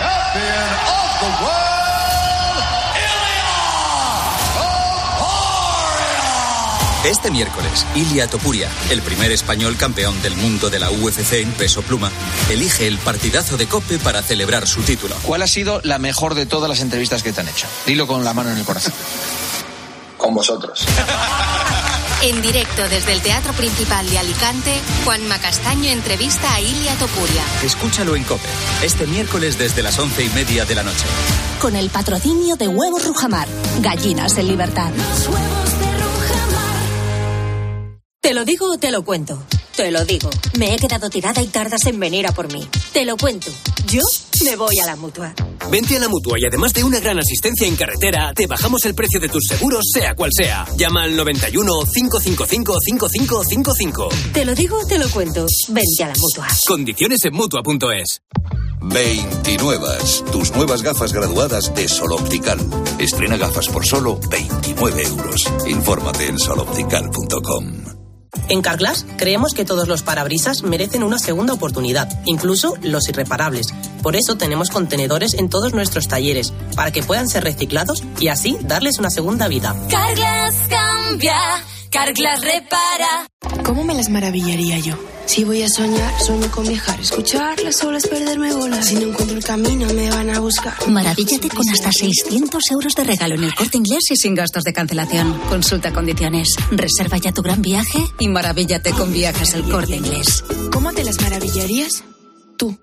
Este miércoles, Ilia Topuria, el primer español campeón del mundo de la UFC en peso pluma, elige el partidazo de COPE para celebrar su título. ¿Cuál ha sido la mejor de todas las entrevistas que te han hecho? Dilo con la mano en el corazón. Con vosotros. En directo desde el Teatro Principal de Alicante, Juanma Castaño entrevista a Ilia Topuria. Escúchalo en COPE, este miércoles desde las 11:30 de la noche. Con el patrocinio de Huevos Rujamar, gallinas en libertad. Los huevos de Rujamar. ¿Te lo digo o te lo cuento? Te lo digo. Me he quedado tirada y tardas en venir a por mí. Te lo cuento. Yo me voy a la Mutua. Vente a la Mutua y además de una gran asistencia en carretera, te bajamos el precio de tus seguros, sea cual sea. Llama al 91 555 5555. Te lo digo o te lo cuento. Vente a la Mutua. Condiciones en Mutua.es. 29. Tus nuevas gafas graduadas de Sol Optical. Estrena gafas por solo 29 euros. Infórmate en soloptical.com. En Carglass creemos que todos los parabrisas merecen una segunda oportunidad, incluso los irreparables. Por eso tenemos contenedores en todos nuestros talleres, para que puedan ser reciclados y así darles una segunda vida. Carglass cambia, Carglass repara. ¿Cómo me las maravillaría yo Si voy a soñar, sueño con viajar. Escuchar las olas, perderme bolas. Si no encuentro el camino, me van a buscar. Maravíllate con hasta 600 euros de regalo en El Corte Inglés y sin gastos de cancelación. Consulta condiciones. Reserva ya tu gran viaje y maravíllate con Viajes El Corte Inglés. ¿Cómo te las maravillarías? Tú.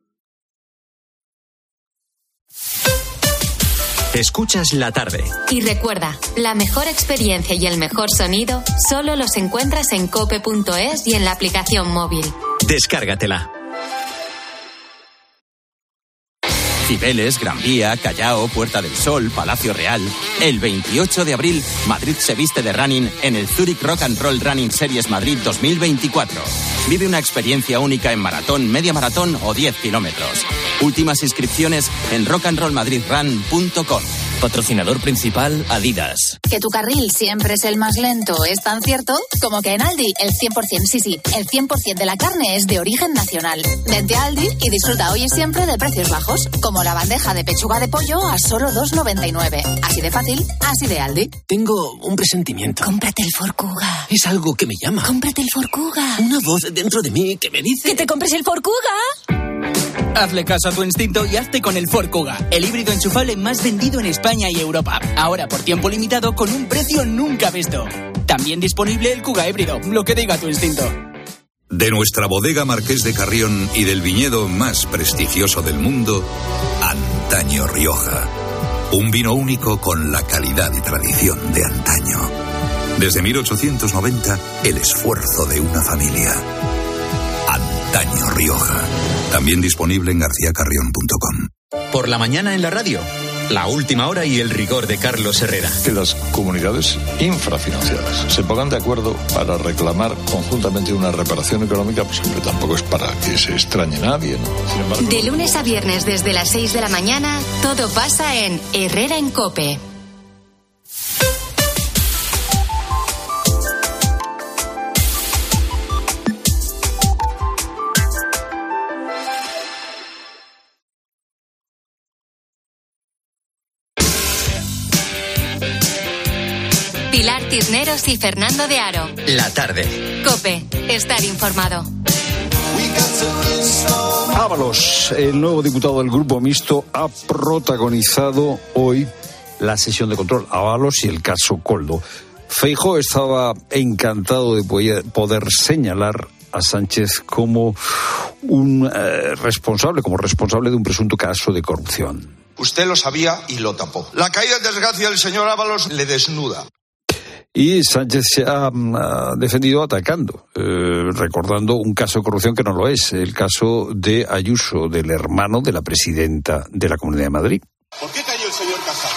Escuchas La Tarde. Y recuerda, la mejor experiencia y el mejor sonido solo los encuentras en cope.es y en la aplicación móvil. Descárgatela. Cibeles, Gran Vía, Callao, Puerta del Sol, Palacio Real. El 28 de abril, Madrid se viste de running en el Zurich Rock and Roll Running Series Madrid 2024. Vive una experiencia única en maratón, media maratón o 10 kilómetros. Últimas inscripciones en rockandrollmadridrun.com. Patrocinador principal, Adidas. Que tu carril siempre es el más lento es tan cierto como que en Aldi el 100%, el 100% de la carne es de origen nacional. Vente a Aldi y disfruta hoy y siempre de precios bajos, como la bandeja de pechuga de pollo a solo 2,99. Así de fácil, así de Aldi. Tengo un presentimiento. Cómprate el Ford Kuga. Es algo que me llama. Cómprate el Ford Kuga. Una voz dentro de mí que me dice... ¡Que te compres el Ford Kuga! Hazle caso a tu instinto y hazte con el Ford Kuga, el híbrido enchufable más vendido en España y Europa. Ahora por tiempo limitado con un precio nunca visto. También disponible el Kuga híbrido, lo que diga tu instinto. De nuestra bodega Marqués de Carrión y del viñedo más prestigioso del mundo, Antaño Rioja. Un vino único con la calidad y tradición de antaño. Desde 1890, el esfuerzo de una familia. Antaño Rioja. También disponible en garciacarrión.com. Por la mañana en la radio, la última hora y el rigor de Carlos Herrera. Que las comunidades infrafinanciadas se pongan de acuerdo para reclamar conjuntamente una reparación económica, pues hombre, tampoco es para que se extrañe nadie, ¿no? Sin embargo, De lunes a viernes desde las 6 de la mañana, todo pasa en Herrera en Cope. Pilar Cisneros y Fernando de Aro. La tarde. Cope, estar informado. Ábalos, el nuevo diputado del Grupo Mixto, ha protagonizado hoy la sesión de control. Ábalos y el caso Koldo. Feijóo estaba encantado de poder señalar a Sánchez como un responsable de un presunto caso de corrupción. Usted lo sabía y lo tapó. La caída en desgracia del señor Ábalos le desnuda. Y Sánchez se ha defendido atacando, recordando un caso de corrupción que no lo es, el caso de Ayuso, del hermano de la presidenta de la Comunidad de Madrid. ¿Por qué cayó el señor Casado?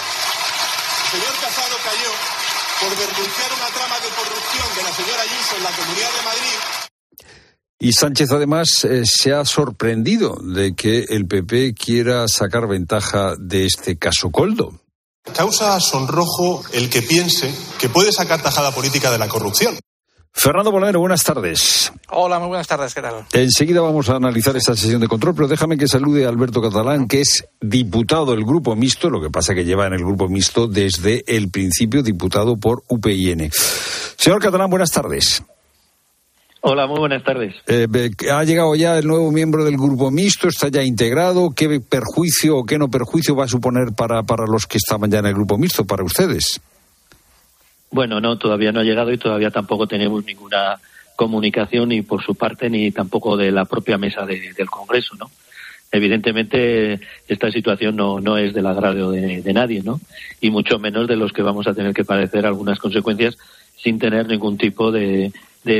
El señor Casado cayó por denunciar una trama de corrupción de la señora Ayuso en la Comunidad de Madrid. Y Sánchez además se ha sorprendido de que el PP quiera sacar ventaja de este caso Koldo. Causa sonrojo el que piense que puede sacar tajada política de la corrupción. Fernando Bolero, buenas tardes. Hola, muy buenas tardes, ¿qué tal? Enseguida vamos a analizar esta sesión de control, pero déjame que salude a Alberto Catalán, que es diputado del Grupo Mixto, lo que pasa que lleva en el Grupo Mixto desde el principio, diputado por UPyN. Señor Catalán, buenas tardes. Hola, muy buenas tardes. ¿Ha llegado ya el nuevo miembro del Grupo Mixto? ¿Está ya integrado? ¿Qué perjuicio o qué no perjuicio va a suponer para los que estaban ya en el Grupo Mixto, para ustedes? Bueno, no, todavía no ha llegado y todavía tampoco tenemos ninguna comunicación ni por su parte ni tampoco de la propia mesa del Congreso, ¿no? Evidentemente esta situación no es del agrado de nadie, ¿no? Y mucho menos de los que vamos a tener que padecer algunas consecuencias sin tener ningún tipo de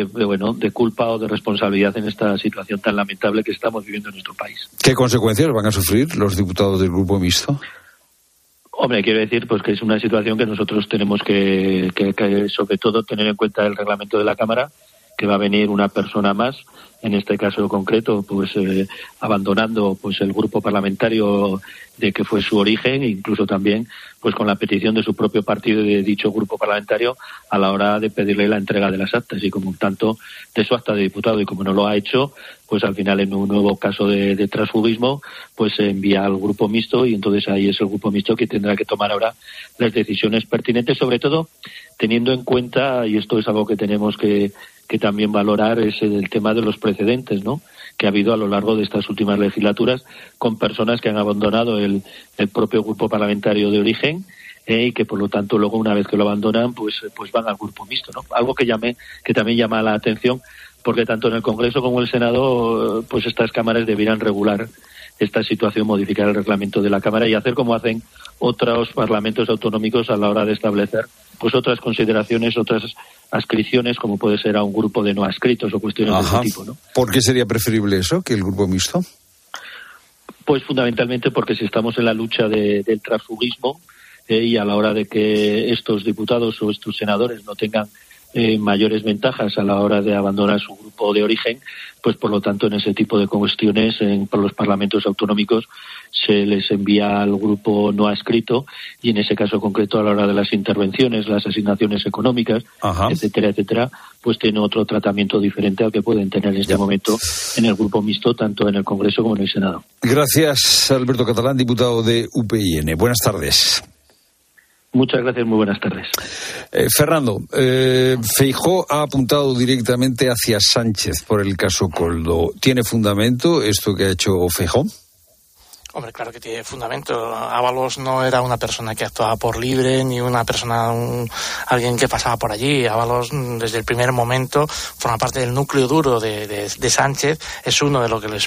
culpa o de responsabilidad en esta situación tan lamentable que estamos viviendo en nuestro país. ¿Qué consecuencias van a sufrir los diputados del Grupo Mixto? Hombre, quiero decir pues que es una situación que nosotros tenemos que sobre todo tener en cuenta el reglamento de la Cámara, que va a venir una persona más, en este caso concreto, pues abandonando pues el grupo parlamentario de que fue su origen, incluso también pues con la petición de su propio partido y de dicho grupo parlamentario a la hora de pedirle la entrega de las actas y como tanto de su acta de diputado, y como no lo ha hecho, pues al final en un nuevo caso de transfugismo pues se envía al Grupo Mixto y entonces ahí es el Grupo Mixto que tendrá que tomar ahora las decisiones pertinentes, sobre todo teniendo en cuenta, y esto es algo que tenemos que que también valorar es el tema de los precedentes, ¿no?, que ha habido a lo largo de estas últimas legislaturas con personas que han abandonado el propio grupo parlamentario de origen y que por lo tanto luego, una vez que lo abandonan, pues van al grupo mixto, ¿no? Algo que también llama la atención, porque tanto en el Congreso como en el Senado, pues estas cámaras debieran regular esta situación, modificar el reglamento de la Cámara y hacer como hacen otros parlamentos autonómicos a la hora de establecer pues otras consideraciones, otras adscripciones, como puede ser a un grupo de no adscritos o cuestiones de ese tipo, ¿no? ¿Por qué sería preferible eso que el grupo mixto? Pues fundamentalmente porque si estamos en la lucha del transfugismo y a la hora de que estos diputados o estos senadores no tengan mayores ventajas a la hora de abandonar su grupo de origen, pues por lo tanto en ese tipo de cuestiones por los parlamentos autonómicos se les envía al grupo no adscrito y en ese caso concreto a la hora de las intervenciones, las asignaciones económicas, etcétera, etcétera, pues tiene otro tratamiento diferente al que pueden tener en este momento en el grupo mixto, tanto en el Congreso como en el Senado. Gracias, Alberto Catalán, diputado de UPyN. Buenas tardes. Muchas gracias, muy buenas tardes. Fernando, Feijóo ha apuntado directamente hacia Sánchez por el caso Koldo. ¿Tiene fundamento esto que ha hecho Feijóo? Hombre, claro que tiene fundamento. Ábalos no era una persona que actuaba por libre, ni una persona, alguien que pasaba por allí. Ábalos, desde el primer momento, forma parte del núcleo duro de Sánchez. Es uno de lo que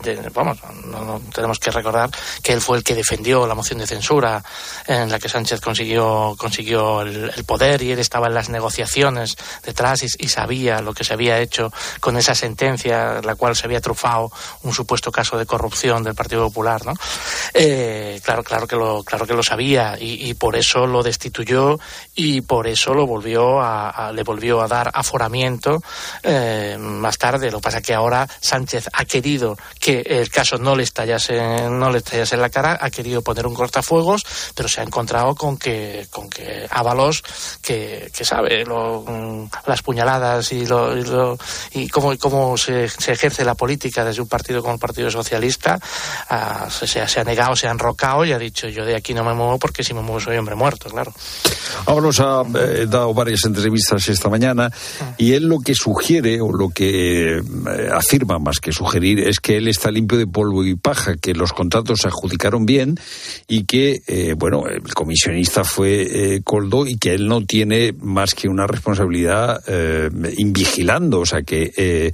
no tenemos que recordar que él fue el que defendió la moción de censura en la que Sánchez consiguió el poder, y él estaba en las negociaciones detrás y sabía lo que se había hecho con esa sentencia, la cual se había trufado un supuesto caso de corrupción del Partido Popular, ¿no? Claro que lo sabía, y por eso lo destituyó y por eso le volvió a dar aforamiento más tarde. Lo que pasa es que ahora Sánchez ha querido que el caso no le estallase en la cara, ha querido poner un cortafuegos, pero se ha encontrado con que Ábalos, que sabe las puñaladas y cómo se ejerce la política desde un partido como el Partido Socialista, se ha negado, se ha enrocado y ha dicho: yo de aquí no me muevo, porque si me muevo soy hombre muerto, claro. Ábalos ha dado varias entrevistas esta mañana y él lo que sugiere, o lo que afirma más que sugerir, es que él está limpio de polvo y paja, que los contratos se adjudicaron bien y que, el comisionista fue Koldo, y que él no tiene más que una responsabilidad invigilando, o sea que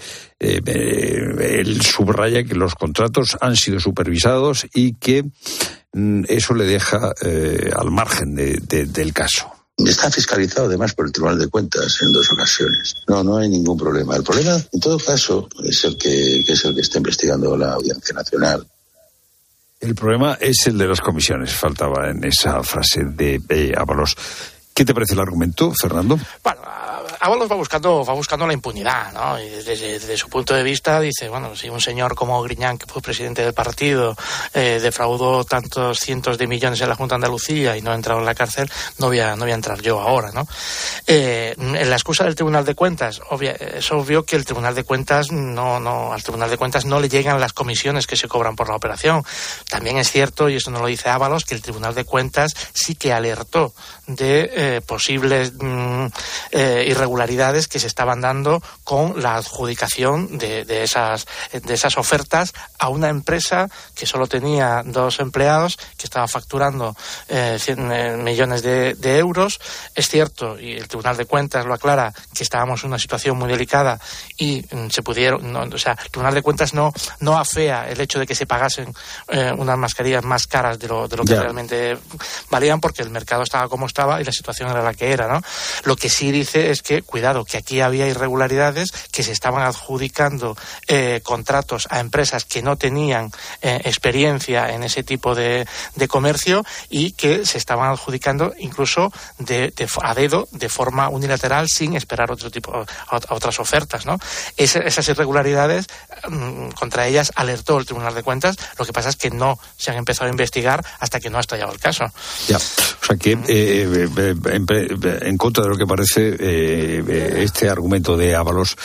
él subraya que los contratos han sido supervisados y que eso le deja al margen del caso. Está fiscalizado además por el Tribunal de Cuentas en 2 ocasiones. No hay ningún problema. El problema, en todo caso, es el que está investigando la Audiencia Nacional. El problema es el de las comisiones, faltaba en esa frase de Ábalos. ¿Qué te parece el argumento, Fernando? Bueno, Ábalos va buscando la impunidad, ¿no? Y desde su punto de vista dice, si un señor como Griñán, que fue presidente del partido, defraudó tantos cientos de millones en la Junta de Andalucía y no ha entrado en la cárcel, no voy a entrar yo ahora, ¿no? En la excusa del Tribunal de Cuentas, es obvio que el Tribunal de Cuentas al Tribunal de Cuentas no le llegan las comisiones que se cobran por la operación. También es cierto, y eso no lo dice Ábalos, que el Tribunal de Cuentas sí que alertó de posibles irregularidades que se estaban dando con la adjudicación de esas ofertas a una empresa que solo tenía 2 empleados, que estaba facturando 100 millones de euros. Es cierto, y el Tribunal de Cuentas lo aclara, que estábamos en una situación muy delicada y el Tribunal de Cuentas no afea el hecho de que se pagasen unas mascarillas más caras de lo que realmente valían, porque el mercado estaba como estaba y la situación era la que era, ¿no? Lo que sí dice es que, cuidado, que aquí había irregularidades, que se estaban adjudicando contratos a empresas que no tenían experiencia en ese tipo de comercio, y que se estaban adjudicando incluso a dedo, de forma unilateral, sin esperar otras ofertas, ¿no? Esas irregularidades, contra ellas alertó el Tribunal de Cuentas. Lo que pasa es que no se han empezado a investigar hasta que no ha estallado el caso. Ya, o sea que en contra de lo que parece este argumento de Ábalos,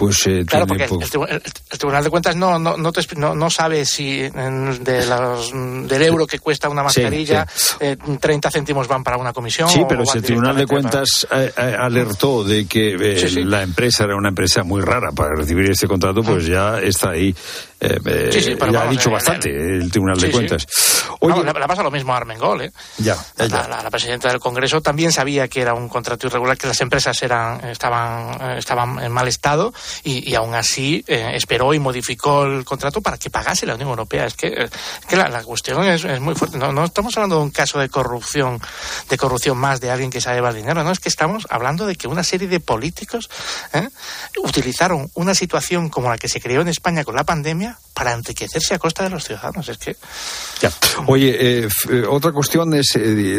pues claro, porque el Tribunal de Cuentas no sabe si del euro que cuesta una mascarilla, 30 céntimos van para una comisión. Sí, pero si el Tribunal de Cuentas alertó de que la empresa era una empresa muy rara para recibir este contrato, pues ya está ahí. Ya ha dicho bastante el Tribunal de Cuentas. Oye, le pasa lo mismo a Armengol, ¿eh? La presidenta del Congreso también sabía que era un contrato irregular, que las empresas estaban en mal estado y aún así esperó y modificó el contrato para que pagase la Unión Europea. Es que la cuestión es muy fuerte. No estamos hablando de un caso de corrupción más de alguien que sabe llevar dinero, no, es que estamos hablando de que una serie de políticos utilizaron una situación como la que se creó en España con la pandemia para enriquecerse a costa de los ciudadanos. Es que... Oye, otra cuestión es,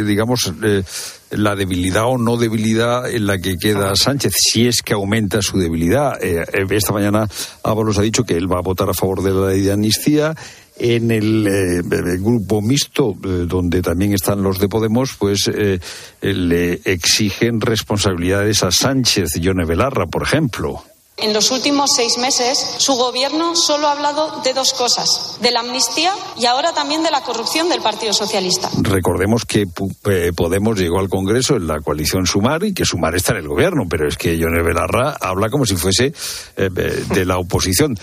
la debilidad o no debilidad en la que queda Sánchez, si es que aumenta su debilidad. Esta mañana Ábalos ha dicho que él va a votar a favor de la ley de amnistía. En el grupo mixto, donde también están los de Podemos, pues le exigen responsabilidades a Sánchez, Yone Belarra, por ejemplo. En los últimos 6 meses, su gobierno solo ha hablado de 2 cosas, de la amnistía y ahora también de la corrupción del Partido Socialista. Recordemos que Podemos llegó al Congreso en la coalición Sumar y que Sumar está en el gobierno, pero es que Yone Belarra habla como si fuese de la oposición.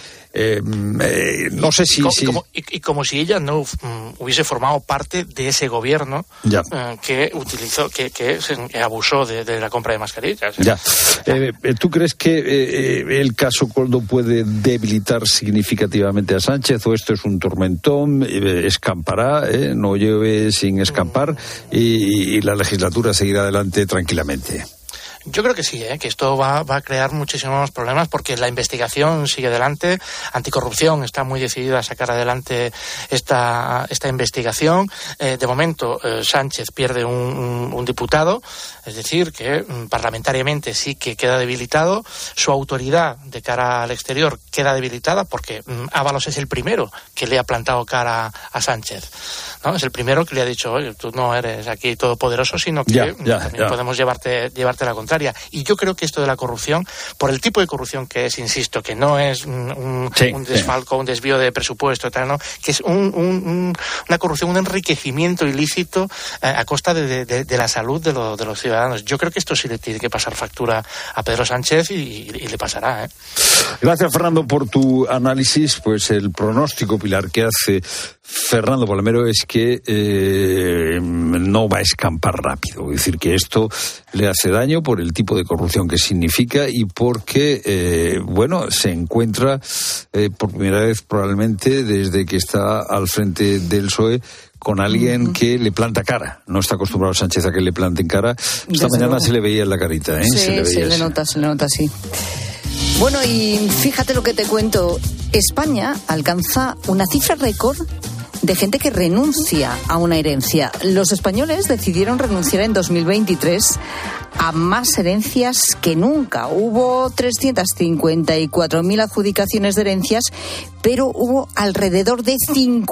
No sé si... Como si ella no hubiese formado parte de ese gobierno que utilizó, que abusó de la compra de mascarillas. ¿Tú crees que el caso Koldo puede debilitar significativamente a Sánchez, o esto es un tormentón, escampará, no lleve sin escampar y la legislatura seguirá adelante tranquilamente? Yo creo que sí, que esto va a crear muchísimos problemas porque la investigación sigue adelante. Anticorrupción está muy decidida a sacar adelante esta investigación. De momento, Sánchez pierde un diputado, es decir, que parlamentariamente sí que queda debilitado. Su autoridad de cara al exterior queda debilitada porque Ábalos es el primero que le ha plantado cara a Sánchez, ¿no? Es el primero que le ha dicho, oye, tú no eres aquí todopoderoso, sino que también podemos llevarte la contraria. Y yo creo que esto de la corrupción, por el tipo de corrupción que es, insisto, que no es un desfalco, un desvío de presupuesto, tal, ¿no? Que es una corrupción, un enriquecimiento ilícito a costa de la salud de los ciudadanos. Yo creo que esto sí le tiene que pasar factura a Pedro Sánchez y le pasará. Gracias, Fernando, por tu análisis. Pues el pronóstico, Pilar, que hace Fernando Palamero es que no va a escampar rápido. Es decir, que esto le hace daño por el tipo de corrupción que significa y porque, se encuentra por primera vez probablemente desde que está al frente del PSOE con alguien que le planta cara. No está acostumbrado Sánchez a que le planten cara. Esta mañana se le veía en la carita, se le nota, sí. Bueno, y fíjate lo que te cuento. España alcanza una cifra récord de gente que renuncia a una herencia. Los españoles decidieron renunciar en 2023 a más herencias que nunca. Hubo 354.000 adjudicaciones de herencias, pero hubo alrededor de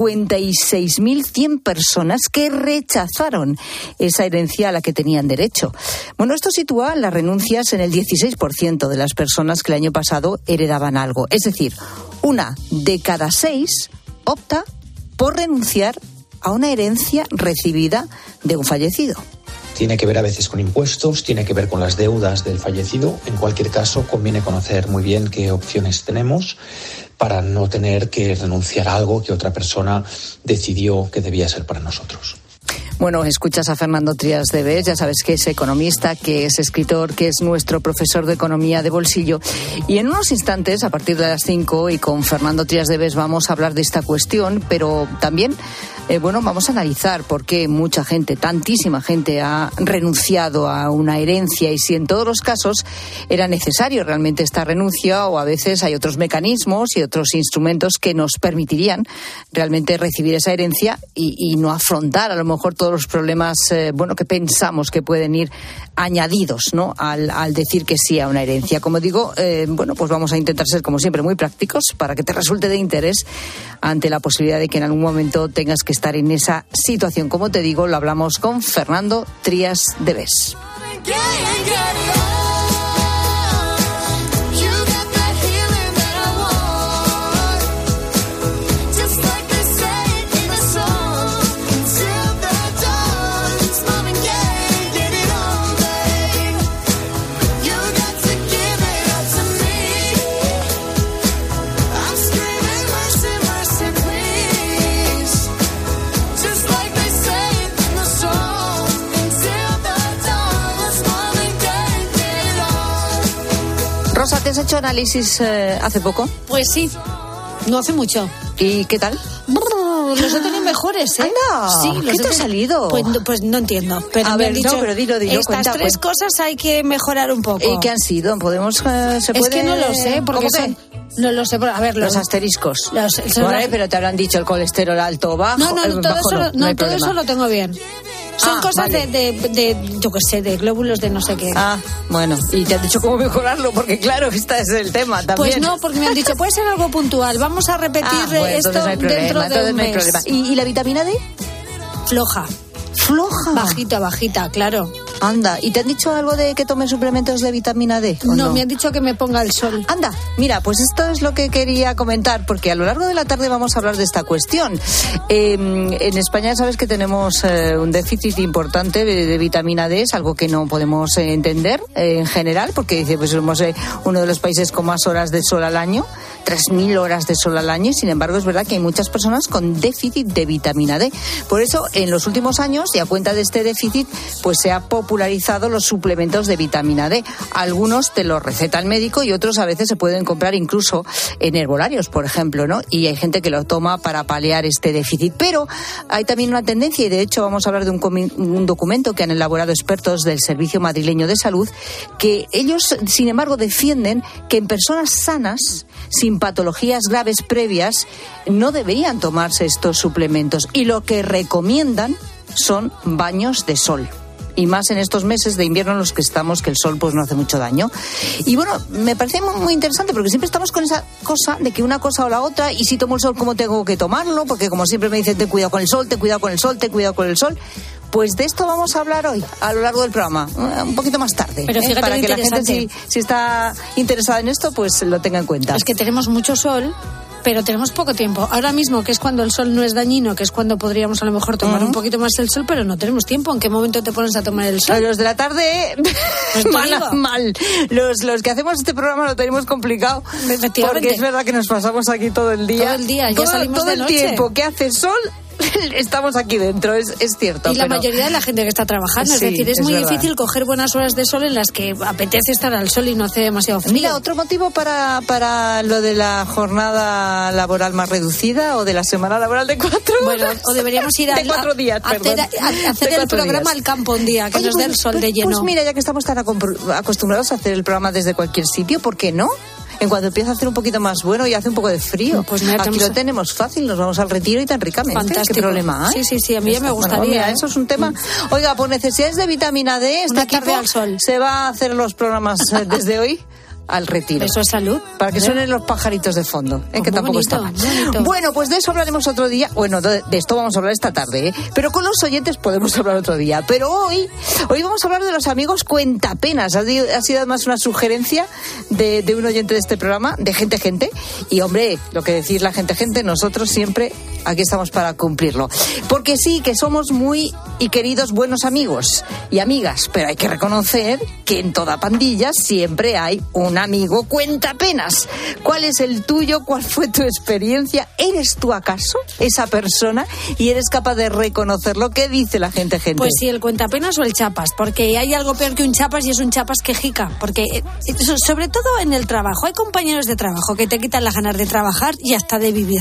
56.100 personas que rechazaron esa herencia a la que tenían derecho. Bueno, esto sitúa las renuncias en el 16% de las personas que el año pasado heredaban algo. Es decir, 1 de cada 6 opta por renunciar a una herencia recibida de un fallecido. Tiene que ver a veces con impuestos, tiene que ver con las deudas del fallecido. En cualquier caso, conviene conocer muy bien qué opciones tenemos para no tener que renunciar a algo que otra persona decidió que debía ser para nosotros. Bueno, escuchas a Fernando Trías de Bes, ya sabes que es economista, que es escritor, que es nuestro profesor de economía de bolsillo. Y en unos instantes, a partir de las 5, y con Fernando Trías de Bes vamos a hablar de esta cuestión, pero también, vamos a analizar por qué mucha gente, tantísima gente, ha renunciado a una herencia y si en todos los casos era necesario realmente esta renuncia o a veces hay otros mecanismos y otros instrumentos que nos permitirían realmente recibir esa herencia y no afrontar a lo mejor todos los problemas que pensamos que pueden ir añadidos, ¿no? al decir que sí a una herencia. Como digo, pues vamos a intentar ser como siempre muy prácticos para que te resulte de interés ante la posibilidad de que en algún momento tengas que estar en esa situación. Como te digo, lo hablamos con Fernando Trías de Bes. has hecho análisis hace poco? Pues sí, no hace mucho. ¿Y qué tal? Los he tenido mejores, ¿eh? ¡Anda! Sí, ¿Qué te ha salido? Pues no entiendo. Pero a me ver, han dicho, no, pero dilo, estas tres cosas hay que mejorar un poco. ¿Y qué han sido? ¿Podemos, se puede...? Es que no lo sé, porque son... No lo sé, a ver... Los asteriscos. Vale, pero te habrán dicho el colesterol alto o bajo. No, todo eso lo tengo bien. Son cosas vale. de yo qué sé, de glóbulos de no sé qué. Bueno, y te han dicho cómo mejorarlo, porque claro, este es el tema también. Pues no, porque me han dicho, puede ser algo puntual, vamos a repetir esto no hay problema, dentro de un mes. ¿Y la vitamina D? Floja. Bajita, claro. Anda, ¿y te han dicho algo de que tomes suplementos de vitamina D? No, me han dicho que me ponga el sol. Anda, mira, pues esto es lo que quería comentar, porque a lo largo de la tarde vamos a hablar de esta cuestión. En España sabes que tenemos un déficit importante de vitamina D, es algo que no podemos entender en general, porque dice, pues somos uno de los países con más horas de sol al año, 3.000 horas de sol al año, y sin embargo es verdad que hay muchas personas con déficit de vitamina D. Por eso, en los últimos años, y a cuenta de este déficit, pues se ha popularizado los suplementos de vitamina D. Algunos te los receta el médico y otros a veces se pueden comprar incluso en herbolarios, por ejemplo, ¿no? Y hay gente que lo toma para paliar este déficit. Pero hay también una tendencia, y de hecho vamos a hablar de un documento que han elaborado expertos del Servicio Madrileño de Salud, que ellos, sin embargo, defienden que en personas sanas, sin patologías graves previas, no deberían tomarse estos suplementos. Y lo que recomiendan son baños de sol. Y más en estos meses de invierno en los que estamos, que el sol pues no hace mucho daño. Y bueno, me parece muy, muy interesante, porque siempre estamos con esa cosa de que una cosa o la otra, y si tomo el sol, ¿cómo tengo que tomarlo? Porque como siempre me dicen, ten cuidado con el sol, ten cuidado con el sol, ten cuidado con el sol. Pues de esto vamos a hablar hoy, a lo largo del programa, un poquito más tarde. Pero fíjate, para que la gente, si está interesada en esto, pues lo tenga en cuenta. Es que tenemos mucho sol, pero tenemos poco tiempo. Ahora mismo, que es cuando el sol no es dañino, que es cuando podríamos a lo mejor tomar un poquito más el sol, pero no tenemos tiempo. ¿En qué momento te pones a tomar el sol? Los de la tarde, pues mal. Los que hacemos este programa lo tenemos complicado, porque es verdad que nos pasamos aquí todo el día. Todo el día, ya salimos de noche. Todo el tiempo que hace sol, estamos aquí dentro, es cierto. Y la mayoría de la gente que está trabajando, es decir, es muy difícil coger buenas horas de sol en las que apetece estar al sol y no hace demasiado frío. Mira, otro motivo para lo de la jornada laboral más reducida o de la semana laboral de 4 horas. Bueno, o deberíamos ir a 4 días, a hacer el programa al campo un día, que nos dé el sol de lleno. Pues mira, ya que estamos tan acostumbrados a hacer el programa desde cualquier sitio, ¿por qué no? En cuanto empieza a hacer un poquito más bueno y hace un poco de frío, pues mira, aquí lo tenemos fácil, nos vamos al retiro y tan ricamente. Fantástico. ¿Qué problema hay? Sí, a mí ya me gustaría. Bueno, mira, eso es un tema. Oiga, por necesidades de vitamina D, este equipo al sol. Se va a hacer los programas desde hoy al retiro. Eso es salud. Para que suenen los pajaritos de fondo, que tampoco está mal. Bueno, pues de eso hablaremos otro día. Bueno, de esto vamos a hablar esta tarde, pero con los oyentes podemos hablar otro día. Pero hoy vamos a hablar de los amigos cuentapenas. Ha sido además una sugerencia de un oyente de este programa, de gente. Y hombre, lo que decir la gente, nosotros siempre aquí estamos para cumplirlo. Porque sí, que somos muy y queridos buenos amigos y amigas, pero hay que reconocer que en toda pandilla siempre hay un amigo cuentapenas. ¿Cuál es el tuyo? ¿Cuál fue tu experiencia? ¿Eres tú acaso esa persona y eres capaz de reconocer lo que dice la gente? Pues sí, el cuentapenas o el chapas, porque hay algo peor que un chapas y es un chapas quejica, porque sobre todo en el trabajo, hay compañeros de trabajo que te quitan las ganas de trabajar y hasta de vivir.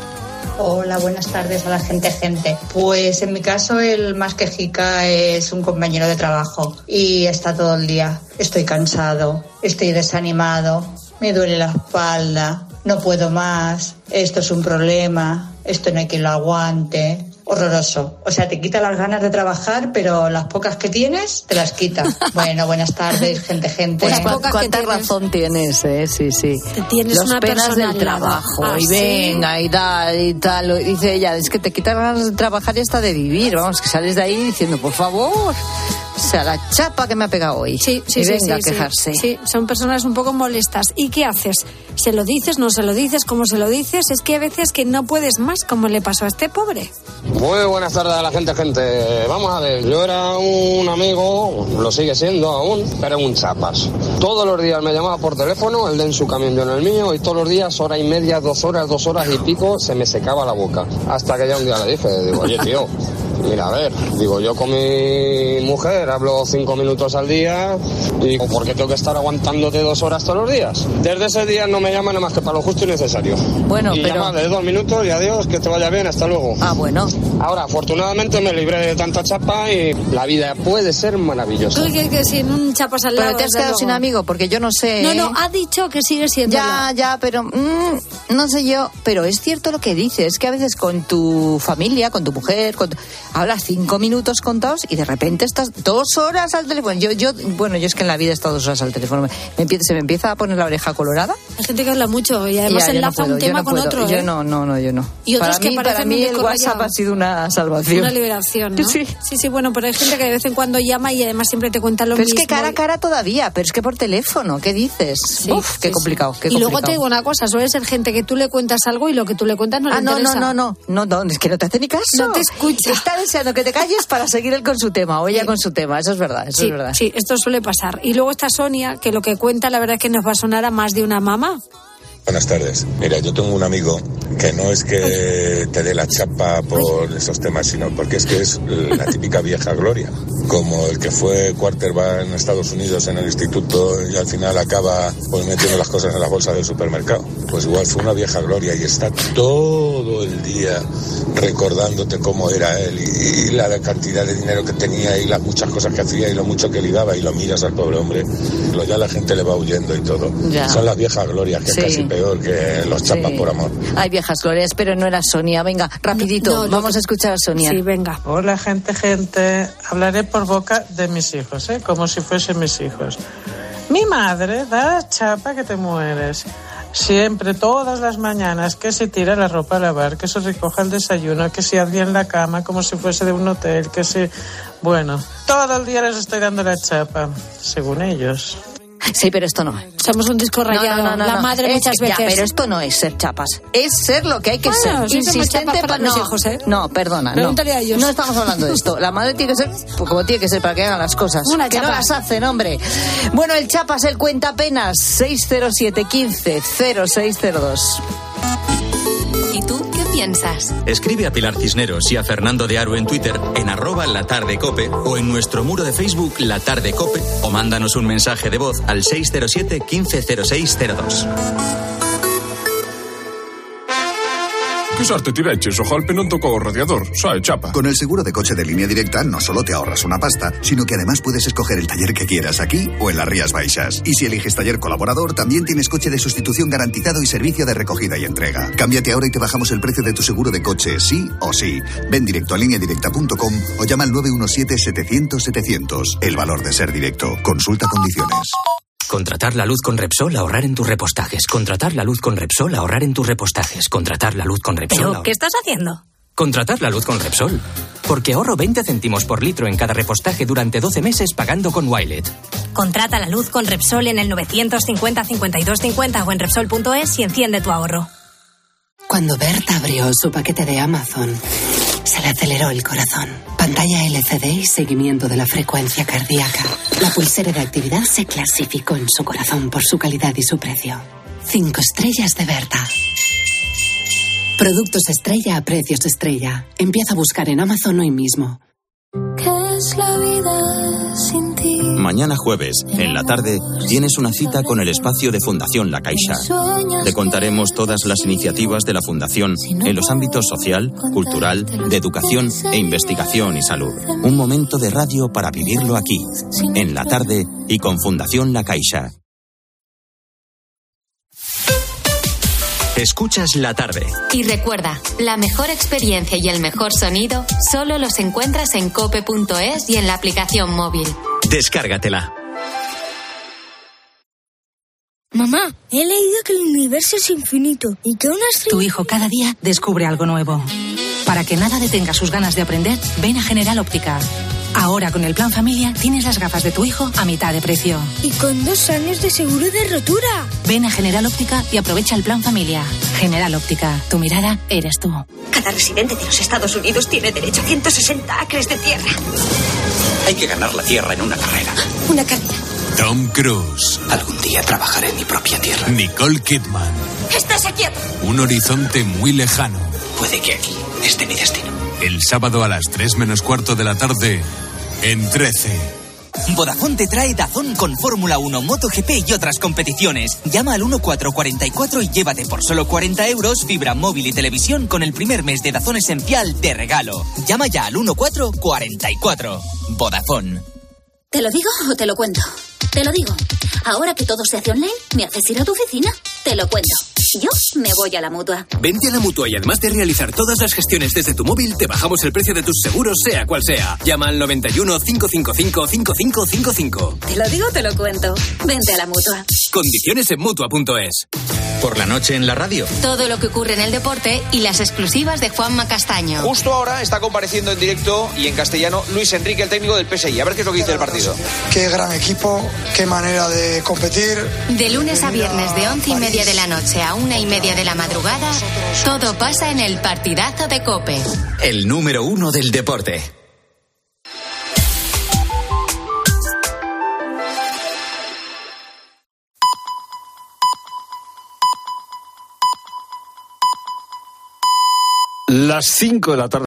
Hola, buenas tardes a la gente. Pues en mi caso el más quejica es un compañero de trabajo y está todo el día. Estoy cansado, estoy desanimado, me duele la espalda, no puedo más, esto es un problema, esto no hay quien lo aguante. Horroroso. O sea, te quita las ganas de trabajar, pero las pocas que tienes te las quita. Bueno, buenas tardes, gente. Pues cuánta razón tienes, sí. Tienes los una penas del trabajo. Y venga, y tal. Dice ella, es que te quita ganas de trabajar y hasta de vivir. Vamos, que sales de ahí diciendo, por favor, o sea, la chapa que me ha pegado hoy. Sí, venga a quejarse. Sí, son personas un poco molestas. ¿Y qué haces? ¿Se lo dices, no se lo dices, cómo se lo dices? Es que a veces que no puedes más, como le pasó a este pobre. Muy buenas tardes a la gente. Vamos a ver, yo era un amigo, lo sigue siendo aún, pero un chapas. Todos los días me llamaba por teléfono, él en su camión, yo en el mío, y todos los días, hora y media, 2 horas y pico, se me secaba la boca. Hasta que ya un día le dije, digo, oye tío, Mira, a ver, digo, yo con mi mujer hablo 5 minutos al día y ¿por qué tengo que estar aguantándote 2 horas todos los días? Desde ese día no me llaman nada más que para lo justo y necesario. Bueno, y pero... llama de 2 minutos y adiós, que te vaya bien, hasta luego. Ah, bueno. Ahora, afortunadamente me libré de tanta chapa y la vida puede ser maravillosa. Tú que sin un chapas al lado. Pero te has quedado sin amigo, porque yo no sé. No, ha dicho que sigue siendo. Ya, pero no sé yo. Pero es cierto lo que dices, que a veces con tu familia, con tu mujer, hablas 5 minutos contados y de repente estás 2 horas al teléfono. Yo es que en la vida he estado 2 horas al teléfono. Se me empieza a poner la oreja colorada. Hay gente que habla mucho y además enlaza un tema con otro. Yo no. Y otros para mí el WhatsApp ha sido una salvación. Una liberación, ¿no? Sí, bueno, pero hay gente que de vez en cuando llama y además siempre te cuenta lo mismo. Pero es que cara a cara todavía, pero es que por teléfono, ¿qué dices? Sí, qué complicado. Y luego te digo una cosa, suele ser gente que tú le cuentas algo y lo que tú le cuentas no le interesa. No, es que no te hace ni caso. No te escucha. Está deseando que te calles para seguir él con su tema o ella con su tema, eso es verdad, es verdad. Sí, esto suele pasar. Y luego está Sonia, que lo que cuenta la verdad es que nos va a sonar a más de una mamá. Buenas tardes. Mira, yo tengo un amigo que no es que te dé la chapa por esos temas, sino porque es que es la típica vieja gloria. Como el que fue quarterback en Estados Unidos en el instituto y al final acaba pues metiendo las cosas en la bolsa del supermercado. Pues igual fue una vieja gloria y está todo el día recordándote cómo era él y la cantidad de dinero que tenía y las muchas cosas que hacía y lo mucho que ligaba y lo miras al pobre hombre. Ya la gente le va huyendo y todo. Ya. Son las viejas glorias, que es casi peor que los chapas por amor. Hay viejas glorias, pero no era Sonia. Venga, rapidito, vamos a escuchar a Sonia. Sí, venga. Hola, gente. Hablaré por boca de mis hijos, como si fuesen mis hijos. Mi madre da chapa que te mueres. Siempre, todas las mañanas, que se tira la ropa a lavar, que se recoja el desayuno, que se adría en la cama como si fuese de un hotel, que se... Bueno, todo el día les estoy dando la chapa, según ellos. Sí, pero esto no. Somos un disco rayado. La madre muchas veces. Pero esto no es ser chapas. Es ser lo que hay que ser. Insistente para los hijos, ¿eh? No, perdona. Pregúntale a ellos. No estamos hablando de esto. La madre tiene que ser como tiene que ser para que hagan las cosas. Una que chapa. no las hacen, hombre. Bueno, el chapas, el cuentapenas. 607 15 0602. ¿Y tú qué piensas? Escribe a Pilar Cisneros y a Fernando de Aro en Twitter en @latardecope o en nuestro muro de Facebook La Tarde Cope o mándanos un mensaje de voz al 607 15 0602. Que sorte tiveches, o golpe non tocou o radiador, sae chapa. Con el seguro de coche de Línea Directa no solo te ahorras una pasta, sino que además puedes escoger el taller que quieras aquí o en las Rías Baixas. Y si eliges taller colaborador, también tienes coche de sustitución garantizado y servicio de recogida y entrega. Cámbiate ahora y te bajamos el precio de tu seguro de coche, sí o sí. Ven directo a lineadirecta.com o llama al 917-700-700. El valor de ser directo. Consulta condiciones. Contratar la luz con Repsol, ahorrar en tus repostajes. Contratar la luz con Repsol, ahorrar en tus repostajes. Contratar la luz con Repsol. ¿Pero qué estás haciendo? Contratar la luz con Repsol. Porque ahorro 20 céntimos por litro en cada repostaje durante 12 meses pagando con Wilet. Contrata la luz con Repsol en el 950 52 50 o en Repsol.es y enciende tu ahorro. Cuando Berta abrió su paquete de Amazon, se le aceleró el corazón. Pantalla LCD y seguimiento de la frecuencia cardíaca. La pulsera de actividad se clasificó en su corazón por su calidad y su precio. 5 estrellas de Berta. Productos estrella a precios estrella. Empieza a buscar en Amazon hoy mismo. ¿Qué es la vida sin ti? Mañana jueves, en la tarde, tienes una cita con el espacio de Fundación La Caixa. Te contaremos todas las iniciativas de la Fundación en los ámbitos social, cultural, de educación e investigación y salud. Un momento de radio para vivirlo aquí, en la tarde y con Fundación La Caixa. Escuchas La Tarde. Y recuerda, la mejor experiencia y el mejor sonido solo los encuentras en cope.es y en la aplicación móvil. Descárgatela. Mamá, he leído que el universo es infinito y que Tu hijo cada día descubre algo nuevo. Para que nada detenga sus ganas de aprender, ven a General Óptica. Ahora con el Plan Familia tienes las gafas de tu hijo a mitad de precio. Y con 2 años de seguro de rotura. Ven a General Óptica y aprovecha el Plan Familia. General Óptica, tu mirada eres tú. Cada residente de los Estados Unidos tiene derecho a 160 acres de tierra. Hay que ganar la tierra en una carrera. Una carrera. Tom Cruise. Algún día trabajaré en mi propia tierra. Nicole Kidman. ¡Estés quieto! Un horizonte muy lejano. Puede que aquí esté mi destino. El sábado a las 3 menos cuarto de la tarde, en 13. Vodafone te trae DAZN con Fórmula 1, MotoGP y otras competiciones. Llama al 1444 y llévate por solo 40 euros fibra móvil y televisión con el primer mes de DAZN esencial de regalo. Llama ya al 1444. Vodafone. ¿Te lo digo o te lo cuento? Te lo digo. Ahora que todo se hace online, ¿me haces ir a tu oficina? Te lo cuento. Yo me voy a la Mutua. Vente a la Mutua y además de realizar todas las gestiones desde tu móvil, te bajamos el precio de tus seguros, sea cual sea. Llama al 91 555 5555. Te lo digo, te lo cuento. Vente a la Mutua. Condiciones en Mutua.es. Por la noche en la radio. Todo lo que ocurre en el deporte y las exclusivas de Juanma Castaño. Justo ahora está compareciendo en directo y en castellano Luis Enrique, el técnico del PSG. A ver qué es lo que dice el partido. Qué gran equipo, qué manera de competir. De lunes a viernes de 11:30 de la noche a 1:30 de la madrugada, todo pasa en el partidazo de COPE. El número 1 del deporte. Las 5 de la tarde.